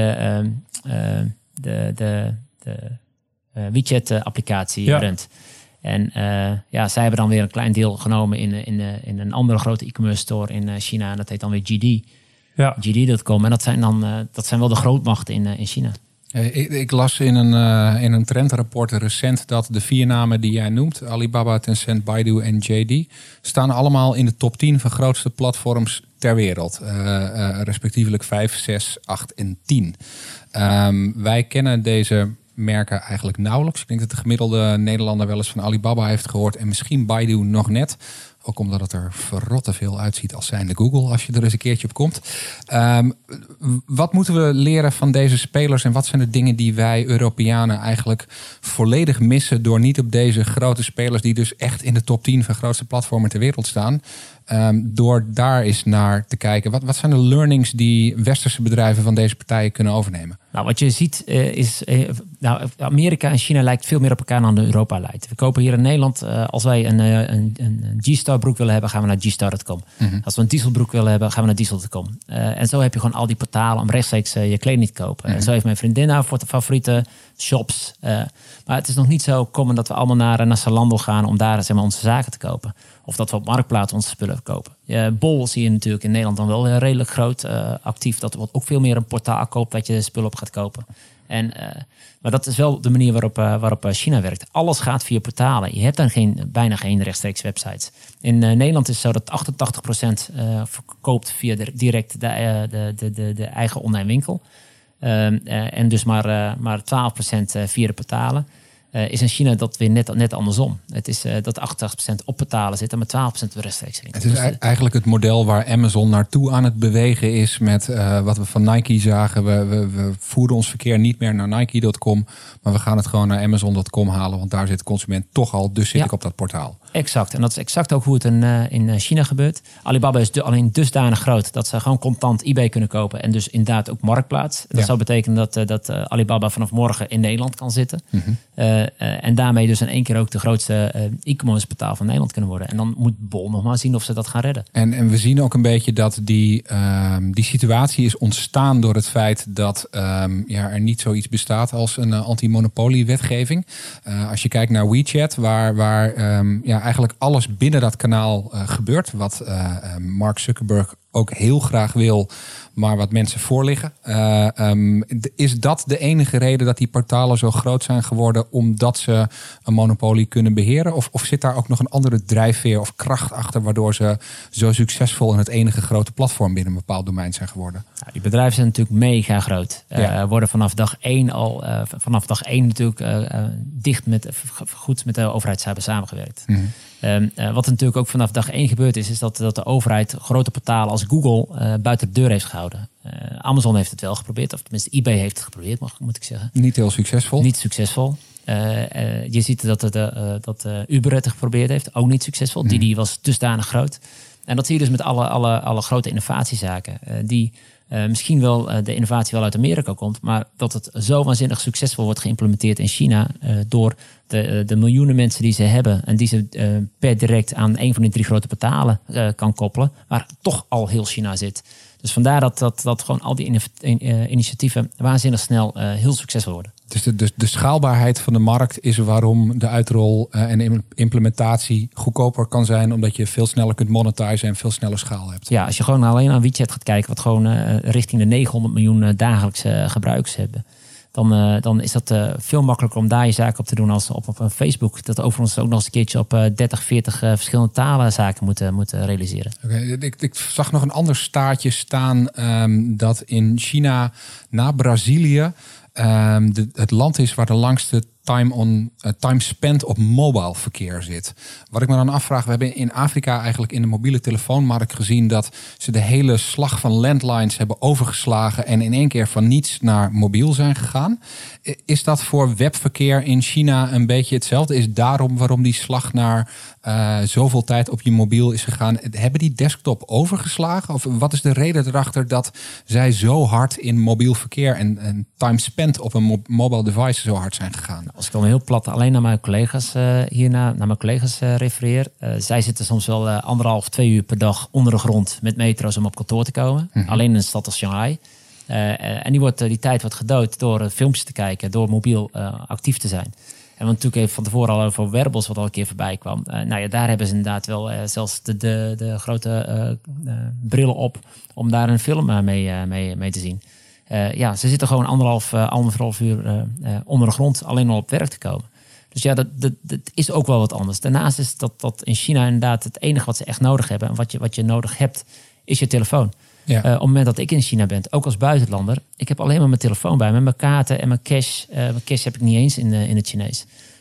de WeChat-applicatie runt. En zij hebben dan weer een klein deel genomen in een andere grote e-commerce store in China. En dat heet dan weer GD. Ja. GD.com. En dat zijn wel de grootmachten in China. Ik las in een trendrapport recent dat de 4 namen die jij noemt, Alibaba, Tencent, Baidu en JD, staan allemaal in de top 10 van grootste platforms ter wereld. Respectievelijk 5, 6, 8 en 10. Wij kennen deze merken eigenlijk nauwelijks. Ik denk dat de gemiddelde Nederlander wel eens van Alibaba heeft gehoord en misschien Baidu nog net. Ook omdat het er verrotte veel uitziet als zijnde Google, als je er eens een keertje op komt. Wat moeten we leren van deze spelers en wat zijn de dingen die wij Europeanen eigenlijk volledig missen door niet op deze grote spelers die dus echt in de top 10 van grootste platformen ter wereld staan, door daar eens naar te kijken. Wat zijn de learnings die westerse bedrijven van deze partijen kunnen overnemen? Nou, wat je ziet is... Amerika en China lijkt veel meer op elkaar dan Europa lijkt. We kopen hier in Nederland... als wij een G-Star broek willen hebben, gaan we naar gstar.com. Mm-hmm. Als we een dieselbroek willen hebben, gaan we naar diesel.com. En zo heb je gewoon al die portalen om rechtstreeks je kleding te kopen. Mm-hmm. En zo heeft mijn vriendin nou voor de favoriete shops. Maar het is nog niet zo common dat we allemaal naar Zalando gaan om daar zeg maar, onze zaken te kopen. Of dat we op Marktplaats onze spullen kopen. Bol zie je natuurlijk in Nederland dan wel redelijk groot actief. Dat wordt ook veel meer een portaal koopt dat je spullen op gaat kopen. Maar dat is wel de manier waarop China werkt. Alles gaat via portalen. Je hebt dan bijna geen rechtstreeks websites. In Nederland is het zo dat 88% verkoopt via direct de eigen online winkel. En dus maar 12% via de portalen. Is in China dat weer net andersom. Het is dat 88% op portalen zit en maar 12% de rechtstreeks winkel. Het is eigenlijk het model waar Amazon naartoe aan het bewegen is met wat we van Nike zagen. We voeren ons verkeer niet meer naar Nike.com, maar we gaan het gewoon naar Amazon.com halen, want daar zit de consument toch al, dus zit ik op dat portaal. Exact. En dat is exact ook hoe het in China gebeurt. Alibaba is alleen dusdanig groot dat ze gewoon contant eBay kunnen kopen en dus inderdaad ook Marktplaats. Dat zou betekenen dat Alibaba vanaf morgen in Nederland kan zitten. Mm-hmm. En daarmee dus in één keer ook de grootste e-commerce portaal van Nederland kunnen worden. En dan moet Bol nog maar zien of ze dat gaan redden. En we zien ook een beetje dat die situatie is ontstaan door het feit dat er niet zoiets bestaat als een anti-monopolie-wetgeving. Als je kijkt naar WeChat, waar eigenlijk alles binnen dat kanaal gebeurt. Wat Mark Zuckerberg ook heel graag wil, maar wat mensen voorliggen. Is dat de enige reden dat die portalen zo groot zijn geworden omdat ze een monopolie kunnen beheren? Of zit daar ook nog een andere drijfveer of kracht achter waardoor ze zo succesvol en het enige grote platform binnen een bepaald domein zijn geworden? Nou, die bedrijven zijn natuurlijk mega groot. Worden vanaf dag 1 natuurlijk goed met de overheid hebben samengewerkt. Mm-hmm. Wat natuurlijk ook vanaf dag 1 gebeurd is dat de overheid grote portalen als Google buiten de deur heeft gehouden. Amazon heeft het wel geprobeerd, of tenminste eBay heeft het geprobeerd, moet ik zeggen. Niet heel succesvol. Niet succesvol. Je ziet dat Uber het geprobeerd heeft, ook niet succesvol. Didi was dusdanig groot. En dat zie je dus met alle grote innovatiezaken. Die misschien wel de innovatie wel uit Amerika komt, maar dat het zo waanzinnig succesvol wordt geïmplementeerd in China door de miljoenen mensen die ze hebben en die ze per direct aan een van die 3 grote portalen kan koppelen, waar toch al heel China zit. Dus vandaar dat gewoon al die initiatieven waanzinnig snel heel succesvol worden. Dus de schaalbaarheid van de markt is waarom de uitrol en implementatie goedkoper kan zijn, omdat je veel sneller kunt monetizen en veel sneller schaal hebt. Ja, als je gewoon alleen aan WeChat gaat kijken, wat gewoon richting de 900 miljoen dagelijkse gebruikers hebben, dan is dat veel makkelijker om daar je zaken op te doen als op een Facebook. Dat overigens ook nog eens een keertje op 30, 40 verschillende talen zaken moeten realiseren. Okay, ik zag nog een ander staartje staan dat in China na Brazilië het land is waar de langste time spent op mobile verkeer zit. Wat ik me dan afvraag, we hebben in Afrika eigenlijk in de mobiele telefoonmarkt gezien dat ze de hele slag van landlines hebben overgeslagen en in één keer van niets naar mobiel zijn gegaan. Is dat voor webverkeer in China een beetje hetzelfde? Is daarom waarom die slag naar zoveel tijd op je mobiel is gegaan? Hebben die desktop overgeslagen? Of wat is de reden erachter dat zij zo hard in mobiel verkeer en time spent op een mobile device zo hard zijn gegaan? Als ik dan heel plat alleen naar mijn collega's refereer. Zij zitten soms wel 1,5, 2 uur per dag onder de grond met metro's om op kantoor te komen. Mm-hmm. Alleen in een stad als Shanghai. En die tijd wordt gedood door filmpjes te kijken, door mobiel actief te zijn. En want natuurlijk even van tevoren al over wearables wat al een keer voorbij kwam. Daar hebben ze inderdaad wel zelfs de grote brillen op om daar een film mee te zien. Ze zitten gewoon 1,5 uur onder de grond alleen al op werk te komen. Dus ja, dat is ook wel wat anders. Daarnaast is dat in China inderdaad het enige wat ze echt nodig hebben en wat je nodig hebt, is je telefoon. Ja. Op het moment dat ik in China ben, ook als buitenlander, ik heb alleen maar mijn telefoon bij me, mijn kaarten en mijn cash. Mijn cash heb ik niet eens in het Chinees.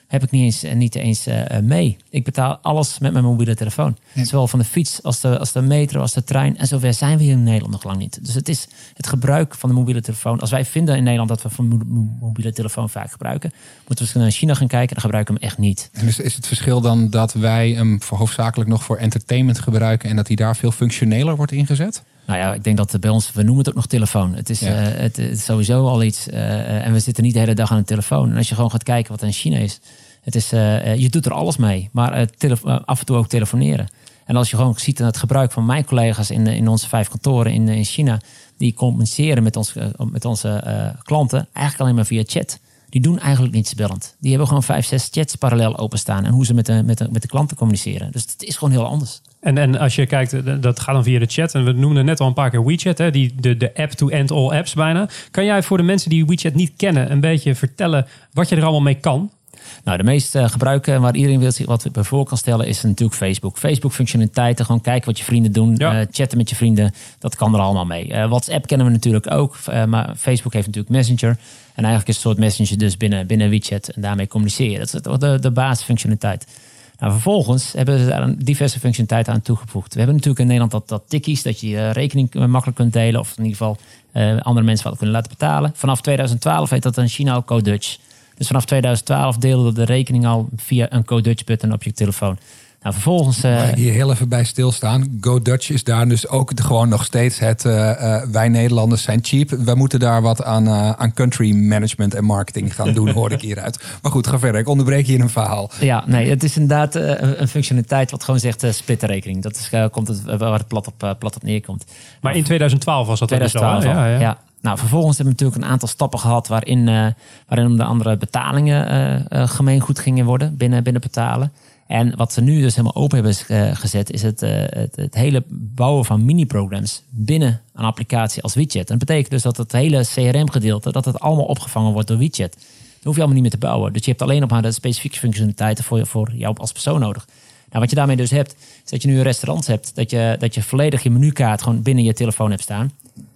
heb ik niet eens mee. Ik betaal alles met mijn mobiele telefoon. Ja. Zowel van de fiets als de metro, als de trein. En zover zijn we hier in Nederland nog lang niet. Dus het is het gebruik van de mobiele telefoon. Als wij vinden in Nederland dat we van mobiele telefoon vaak gebruiken, moeten we naar China gaan kijken. Dan gebruiken we hem echt niet. En is het verschil dan dat wij hem hoofdzakelijk nog voor entertainment gebruiken en dat hij daar veel functioneler wordt ingezet? Nou ja, ik denk dat bij ons, we noemen het ook nog telefoon. Het is sowieso al iets. En we zitten niet de hele dag aan de telefoon. En als je gewoon gaat kijken wat er in China is. Het is je doet er alles mee. Maar af en toe ook telefoneren. En als je gewoon ziet het gebruik van mijn collega's in onze 5 kantoren in China. Die communiceren met onze klanten eigenlijk alleen maar via chat. Die doen eigenlijk niets bellend. Die hebben gewoon 5, 6 chats parallel openstaan. En hoe ze met de klanten communiceren. Dus het is gewoon heel anders. En als je kijkt, dat gaat dan via de chat. En we noemden net al een paar keer WeChat. Hè? De app to end all apps bijna. Kan jij voor de mensen die WeChat niet kennen een beetje vertellen wat je er allemaal mee kan? Nou, de meeste gebruiken waar iedereen wil zich wat bij voor kan stellen is natuurlijk Facebook. Facebook functionaliteiten, gewoon kijken wat je vrienden doen. Ja. Chatten met je vrienden, dat kan er allemaal mee. WhatsApp kennen we natuurlijk ook. Maar Facebook heeft natuurlijk Messenger. En eigenlijk is het een soort Messenger dus binnen WeChat. En daarmee communiceren. Dat is de basisfunctionaliteit. Nou, vervolgens hebben ze daar diverse functionaliteiten aan toegevoegd. We hebben natuurlijk in Nederland dat tikkies, dat je je rekening makkelijk kunt delen. Of in ieder geval andere mensen wat kunnen laten betalen. Vanaf 2012 heet dat in China al Go Dutch. Dus vanaf 2012 deelden we de rekening al via een Go Dutch button op je telefoon. Nou, vervolgens... Hier heel even bij stilstaan. Go Dutch is daar dus ook gewoon nog steeds het... wij Nederlanders zijn cheap. Wij moeten daar wat aan country management en marketing gaan doen, hoor ik hieruit. Maar goed, ga verder. Ik onderbreek hier een verhaal. Ja, nee, het is inderdaad een functionaliteit wat gewoon zegt split de rekening. Dat is komt het waar het plat op neerkomt. Maar in 2012 was dat 2012 dus al. Ja. Nou, vervolgens hebben we natuurlijk een aantal stappen gehad waarin onder andere betalingen gemeengoed gingen worden binnen betalen. En wat ze nu dus helemaal open hebben gezet, is het hele bouwen van mini-programs binnen een applicatie als WeChat. En dat betekent dus dat het hele CRM-gedeelte, dat het allemaal opgevangen wordt door WeChat. Dat hoef je allemaal niet meer te bouwen. Dus je hebt alleen nog maar de specifieke functionaliteiten voor jou als persoon nodig. Nou, wat je daarmee dus hebt, is dat je nu een restaurant hebt, dat je volledig je menukaart gewoon binnen je telefoon hebt staan.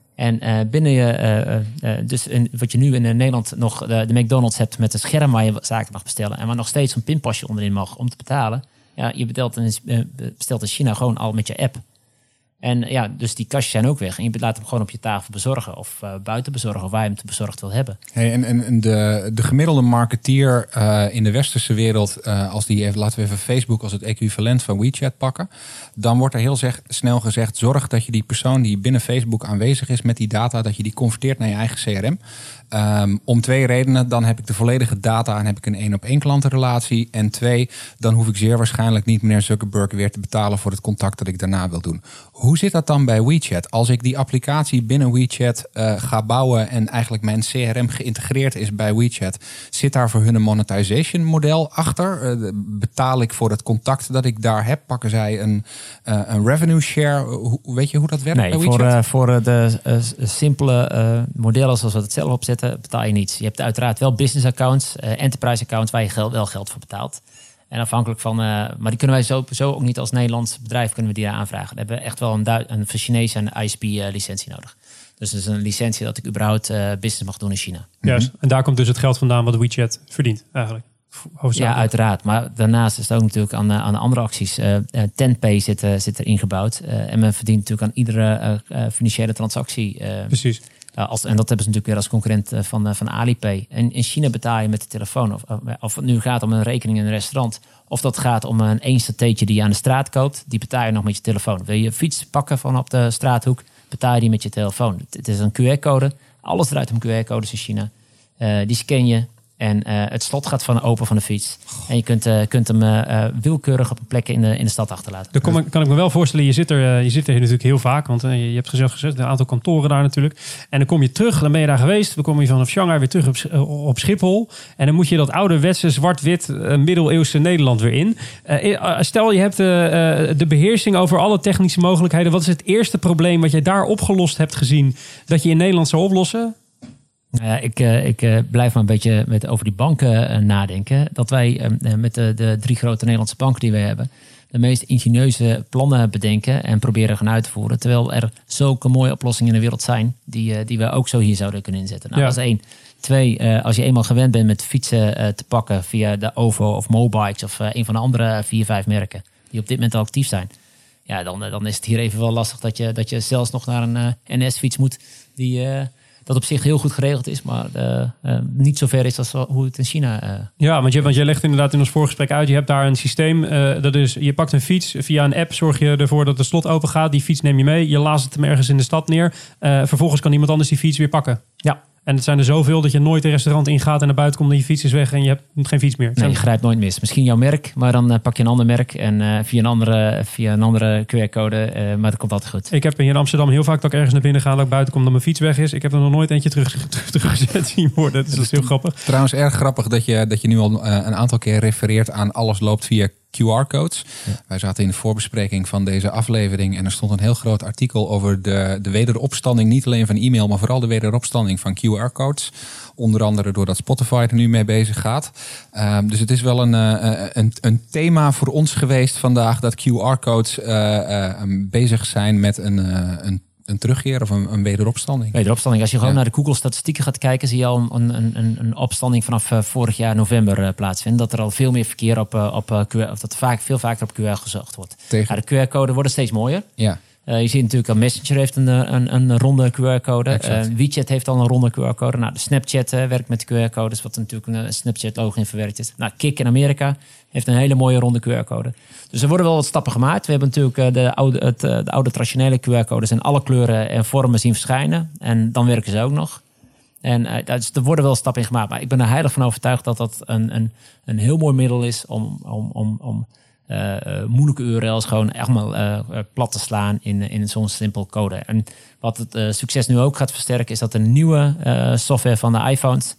En binnen wat je nu in Nederland nog de McDonald's hebt met een scherm waar je zaken mag bestellen. En waar nog steeds een pinpasje onderin mag om te betalen. Ja, je bestelt in China gewoon al met je app. En ja, dus die kastjes zijn ook weg. En je laat hem gewoon op je tafel bezorgen of buiten bezorgen, of waar je hem te bezorgd wil hebben. Hey, en de gemiddelde marketeer in de westerse wereld, als die even, laten we even Facebook als het equivalent van WeChat pakken, dan wordt er heel snel gezegd, zorg dat je die persoon die binnen Facebook aanwezig is met die data, dat je die converteert naar je eigen CRM. Om 2 redenen. Dan heb ik de volledige data en heb ik een 1-op-1 klantenrelatie. En 2, dan hoef ik zeer waarschijnlijk niet meneer Zuckerberg weer te betalen voor het contact dat ik daarna wil doen. Hoe zit dat dan bij WeChat? Als ik die applicatie binnen WeChat ga bouwen en eigenlijk mijn CRM geïntegreerd is bij WeChat, zit daar voor hun een monetization model achter? Betaal ik voor het contact dat ik daar heb? Pakken zij een revenue share? Weet je hoe dat werkt bij WeChat? Voor de simpele modellen zoals we het zelf opzetten, betaal je niets. Je hebt uiteraard wel business accounts, enterprise accounts waar je wel geld voor betaalt. En afhankelijk van, maar die kunnen wij sowieso ook niet als Nederlands bedrijf kunnen we die aanvragen. We hebben echt wel een Chinese en ISP licentie nodig. Dus het is een licentie dat ik überhaupt business mag doen in China. Juist. En daar komt dus het geld vandaan wat WeChat verdient eigenlijk. Ja, uiteraard. Maar daarnaast is het ook natuurlijk aan andere acties. Tenpay zit er ingebouwd. En men verdient natuurlijk aan iedere financiële transactie. Precies. En dat hebben ze natuurlijk weer als concurrent van Alipay. En in China betaal je met de telefoon. Of het nu gaat om een rekening in een restaurant. Of dat gaat om een satéetje die je aan de straat koopt. Die betaal je nog met je telefoon. Wil je fiets pakken van op de straathoek, betaal je die met je telefoon. Het is een QR-code. Alles draait om QR-codes in China. Die scan je. En het slot gaat open van de fiets. En je kunt hem willekeurig op een plek in de stad achterlaten. Daar kan ik me wel voorstellen. Je zit er natuurlijk heel vaak. Want je hebt gezegd, een aantal kantoren daar natuurlijk. En dan kom je terug. Dan ben je daar geweest. Dan kom je vanaf Shanghai weer terug op Schiphol. En dan moet je dat ouderwetse zwart-wit middeleeuwse Nederland weer in. Stel je hebt de beheersing over alle technische mogelijkheden. Wat is het eerste probleem wat jij daar opgelost hebt gezien dat je in Nederland zou oplossen? Ik blijf maar een beetje over die banken nadenken. Dat wij met de 3 grote Nederlandse banken die we hebben, de meest ingenieuze plannen bedenken en proberen gaan uitvoeren. Terwijl er zulke mooie oplossingen in de wereld zijn die we ook zo hier zouden kunnen inzetten. Nou, dat is 1. 2, als je eenmaal gewend bent met fietsen te pakken via de OVO of Mobikes of een van de andere 4-5 merken die op dit moment al actief zijn. Ja, dan is het hier even wel lastig dat je zelfs nog naar een NS-fiets moet die dat op zich heel goed geregeld is, maar niet zo ver is als hoe het in China... Ja, want jij legt inderdaad in ons voorgesprek uit, je hebt daar een systeem, dat is, je pakt een fiets, via een app zorg je ervoor dat het slot open gaat, die fiets neem je mee, je laat hem ergens in de stad neer, vervolgens kan iemand anders die fiets weer pakken. Ja. En het zijn er zoveel dat je nooit een restaurant ingaat en naar buiten komt en je fiets is weg en je hebt geen fiets meer. Nee, je grijpt nooit mis. Misschien jouw merk, maar dan pak je een ander merk en via een andere QR-code, maar dat komt altijd goed. Ik heb hier in Amsterdam heel vaak dat ik ergens naar binnen ga, dat ik buiten kom dat mijn fiets weg is. Ik heb er nog nooit eentje teruggezet zien worden. Dus dat is heel grappig. Trouwens, erg grappig dat je nu al een aantal keer refereert aan alles loopt via QR-codes. Ja. Wij zaten in de voorbespreking van deze aflevering en er stond een heel groot artikel over de wederopstanding, niet alleen van e-mail, maar vooral de wederopstanding van QR-codes. Onder andere doordat Spotify er nu mee bezig gaat. Dus het is wel een thema voor ons geweest vandaag dat QR-codes bezig zijn met een terugkeer of een wederopstanding. Wederopstanding. Als je gewoon naar de Google-statistieken gaat kijken, zie je al een opstanding vanaf vorig jaar november plaatsvindt. Dat er al veel meer verkeer op QR, of dat veel vaker op QR gezocht wordt. De QR-code worden steeds mooier. Ja. Je ziet natuurlijk al Messenger heeft een ronde QR-code. WeChat heeft al een ronde QR-code. Nou, de Snapchat werkt met QR-codes, wat natuurlijk een Snapchat-logo in verwerkt is. Nou, Kik in Amerika heeft een hele mooie ronde QR-code. Dus er worden wel wat stappen gemaakt. We hebben natuurlijk de oude traditionele QR-codes en alle kleuren en vormen zien verschijnen. En dan werken ze ook nog. En dus er worden wel stappen in gemaakt. Maar ik ben er heilig van overtuigd dat dat een heel mooi middel is om moeilijke URL's gewoon echt plat te slaan in zo'n simpel code. En wat het succes nu ook gaat versterken is dat de nieuwe software van de iPhones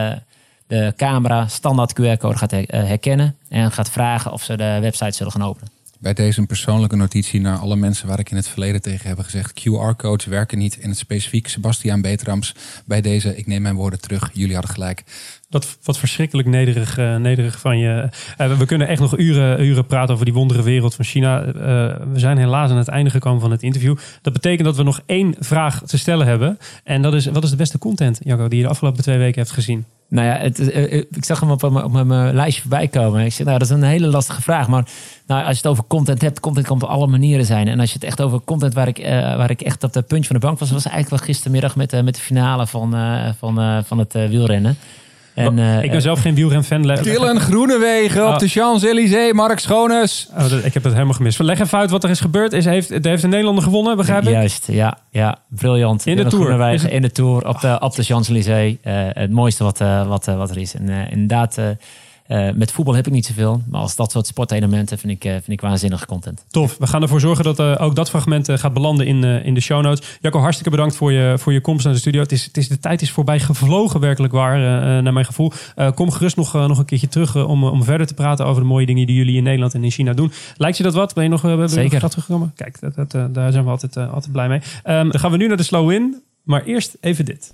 de camera standaard QR-code gaat herkennen en gaat vragen of ze de website zullen gaan openen. Bij deze een persoonlijke notitie naar alle mensen waar ik in het verleden tegen heb gezegd, QR-codes werken niet. In het specifiek Sebastiaan Beterams. Bij deze, ik neem mijn woorden terug. Jullie hadden gelijk. Wat verschrikkelijk nederig van je. We kunnen echt nog uren praten over die wondere wereld van China. We zijn helaas aan het einde gekomen van het interview. Dat betekent dat we nog 1 vraag te stellen hebben. En dat is, wat is de beste content, Jacco, die je de afgelopen 2 weken hebt gezien? Nou ja, ik zag hem op mijn lijstje voorbij komen. Ik zeg, dat is een hele lastige vraag. Maar als je het over content hebt, content kan op alle manieren zijn. En als je het echt over content waar ik echt op het puntje van de bank was eigenlijk wel gistermiddag met de finale van het wielrennen. Ik ben zelf geen wielrenfan. Dylan Groenewegen op de Champs-Élysées, Mark Schoones. Ik heb het helemaal gemist. Leg even uit wat er is gebeurd. Er heeft een Nederlander gewonnen, begrijp ik? Juist, ja, briljant. In de Tour. In de Tour op de Champs-Élysées. Het mooiste wat er is. En inderdaad, met voetbal heb ik niet zoveel. Maar als dat soort sportelementen vind ik waanzinnige content. Tof. We gaan ervoor zorgen dat ook dat fragment gaat belanden in de show notes. Jacco, hartstikke bedankt voor je komst naar de studio. De tijd is voorbij gevlogen, werkelijk waar, naar mijn gevoel. Kom gerust nog een keertje terug om verder te praten over de mooie dingen die jullie in Nederland en in China doen. Lijkt je dat wat? Ben je nog teruggekomen? Kijk, daar zijn we altijd blij mee. Dan gaan we nu naar de slow in. Maar eerst even dit.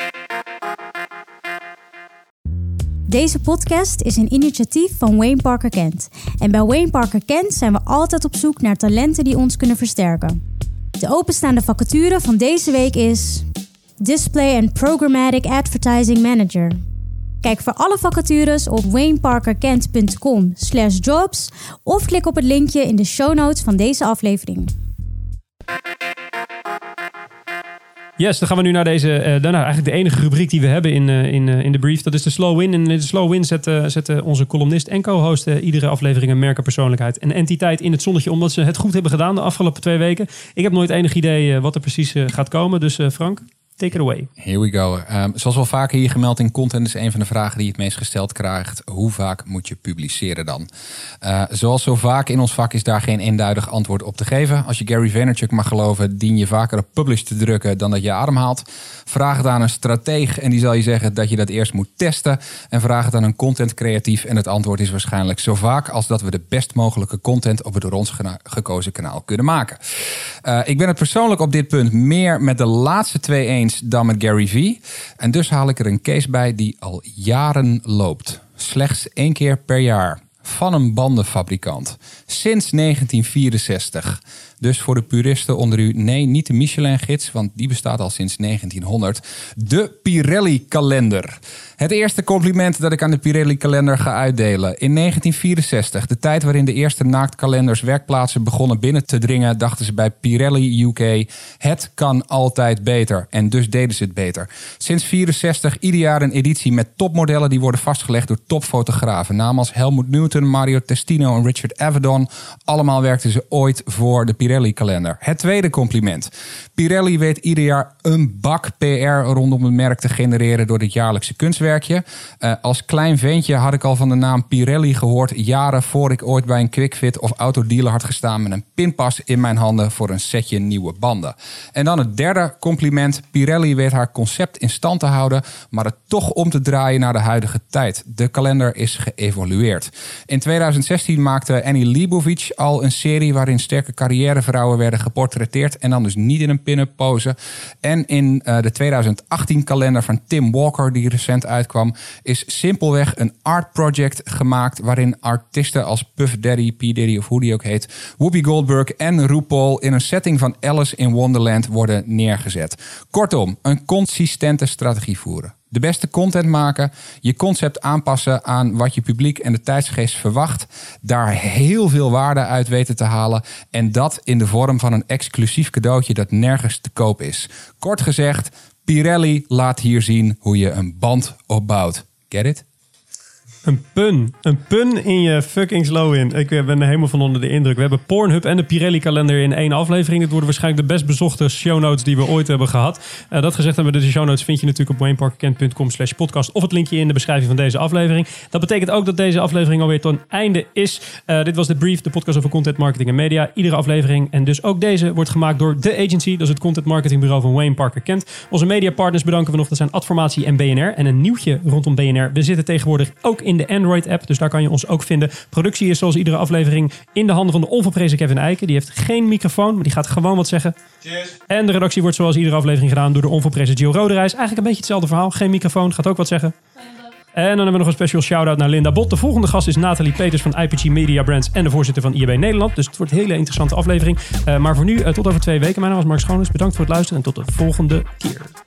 Deze podcast is een initiatief van Wayne Parker Kent. En bij Wayne Parker Kent zijn we altijd op zoek naar talenten die ons kunnen versterken. De openstaande vacature van deze week is Display and Programmatic Advertising Manager. Kijk voor alle vacatures op wayneparkerkent.com/jobs of klik op het linkje in de show notes van deze aflevering. Yes, dan gaan we nu naar deze, eigenlijk de enige rubriek die we hebben in de brief. Dat is de Slow Win. En in de Slow Win zetten onze columnist en co-host iedere aflevering een merken, persoonlijkheid en entiteit in het zonnetje. Omdat ze het goed hebben gedaan de afgelopen 2 weken. Ik heb nooit enig idee wat er precies gaat komen. Dus Frank, take it away. Here we go. Zoals wel vaker hier gemeld in content is een van de vragen die het meest gesteld krijgt. Hoe vaak moet je publiceren dan? Zoals zo vaak in ons vak is daar geen eenduidig antwoord op te geven. Als je Gary Vaynerchuk mag geloven, dien je vaker op publish te drukken dan dat je ademhaalt. Vraag het aan een strateeg en die zal je zeggen dat je dat eerst moet testen. En vraag het aan een content creatief en het antwoord is waarschijnlijk zo vaak als dat we de best mogelijke content op het door ons gekozen kanaal kunnen maken. Ik ben het persoonlijk op dit punt meer met de laatste 2 eens dan met Gary V. En dus haal ik er een case bij die al jaren loopt. Slechts 1 keer per jaar. van een bandenfabrikant. Sinds 1964. Dus voor de puristen onder u, nee, niet de Michelin-gids, want die bestaat al sinds 1900. De Pirelli-kalender. Het eerste compliment dat ik aan de Pirelli-kalender ga uitdelen. In 1964, de tijd waarin de eerste naaktkalenders werkplaatsen begonnen binnen te dringen, dachten ze bij Pirelli UK, het kan altijd beter. En dus deden ze het beter. Sinds 64 ieder jaar een editie met topmodellen die worden vastgelegd door topfotografen. Namen als Helmut Newton, Mario Testino en Richard Avedon. Allemaal werkten ze ooit voor de Pirelli-kalender. Het tweede compliment. Pirelli weet ieder jaar een bak PR rondom het merk te genereren door dit jaarlijkse kunstwerkje. Als klein ventje had ik al van de naam Pirelli gehoord, jaren voor ik ooit bij een QuickFit of autodealer had gestaan met een pinpas in mijn handen voor een setje nieuwe banden. En dan het derde compliment. Pirelli weet haar concept in stand te houden, maar het toch om te draaien naar de huidige tijd. De kalender is geëvolueerd. In 2016 maakte Annie Leibovitz al een serie waarin sterke carrièrevrouwen werden geportretteerd en dan dus niet in een pin-up pose. En in de 2018 kalender van Tim Walker, die recent uitkwam, is simpelweg een art project gemaakt waarin artiesten als Puff Daddy, P. Diddy of hoe die ook heet, Whoopi Goldberg en RuPaul in een setting van Alice in Wonderland worden neergezet. Kortom, een consistente strategie voeren. De beste content maken, je concept aanpassen aan wat je publiek en de tijdsgeest verwacht, daar heel veel waarde uit weten te halen en dat in de vorm van een exclusief cadeautje dat nergens te koop is. Kort gezegd, Pirelli laat hier zien hoe je een band opbouwt. Get it? Een pun in je fucking slow-in. Ik ben er helemaal van onder de indruk. We hebben Pornhub en de Pirelli-kalender in 1 aflevering. Het worden waarschijnlijk de best bezochte show notes die we ooit hebben gehad. Dat gezegd hebben, de show notes vind je natuurlijk op wayneparkerkent.com/podcast of het linkje in de beschrijving van deze aflevering. Dat betekent ook dat deze aflevering alweer ten einde is. Dit was The Brief, de podcast over content, marketing en media. Iedere aflevering en dus ook deze wordt gemaakt door The Agency. Dat is het content marketingbureau van Wayne Parker Kent. Onze mediapartners bedanken we nog. Dat zijn Adformatie en BNR. En een nieuwtje rondom BNR. We zitten tegenwoordig ook in de Android-app, dus daar kan je ons ook vinden. Productie is zoals iedere aflevering in de handen van de onverprezen Kevin Eiken. Die heeft geen microfoon, maar die gaat gewoon wat zeggen. Cheers. En de redactie wordt zoals iedere aflevering gedaan door de onverprezen Gio Roderijs. Eigenlijk een beetje hetzelfde verhaal. Geen microfoon, gaat ook wat zeggen. En dan hebben we nog een special shout-out naar Linda Bot. De volgende gast is Nathalie Peters van IPG Media Brands en de voorzitter van IAB Nederland. Dus het wordt een hele interessante aflevering. Maar voor nu, tot over 2 weken. Mijn naam is Mark Schoones. Bedankt voor het luisteren en tot de volgende keer.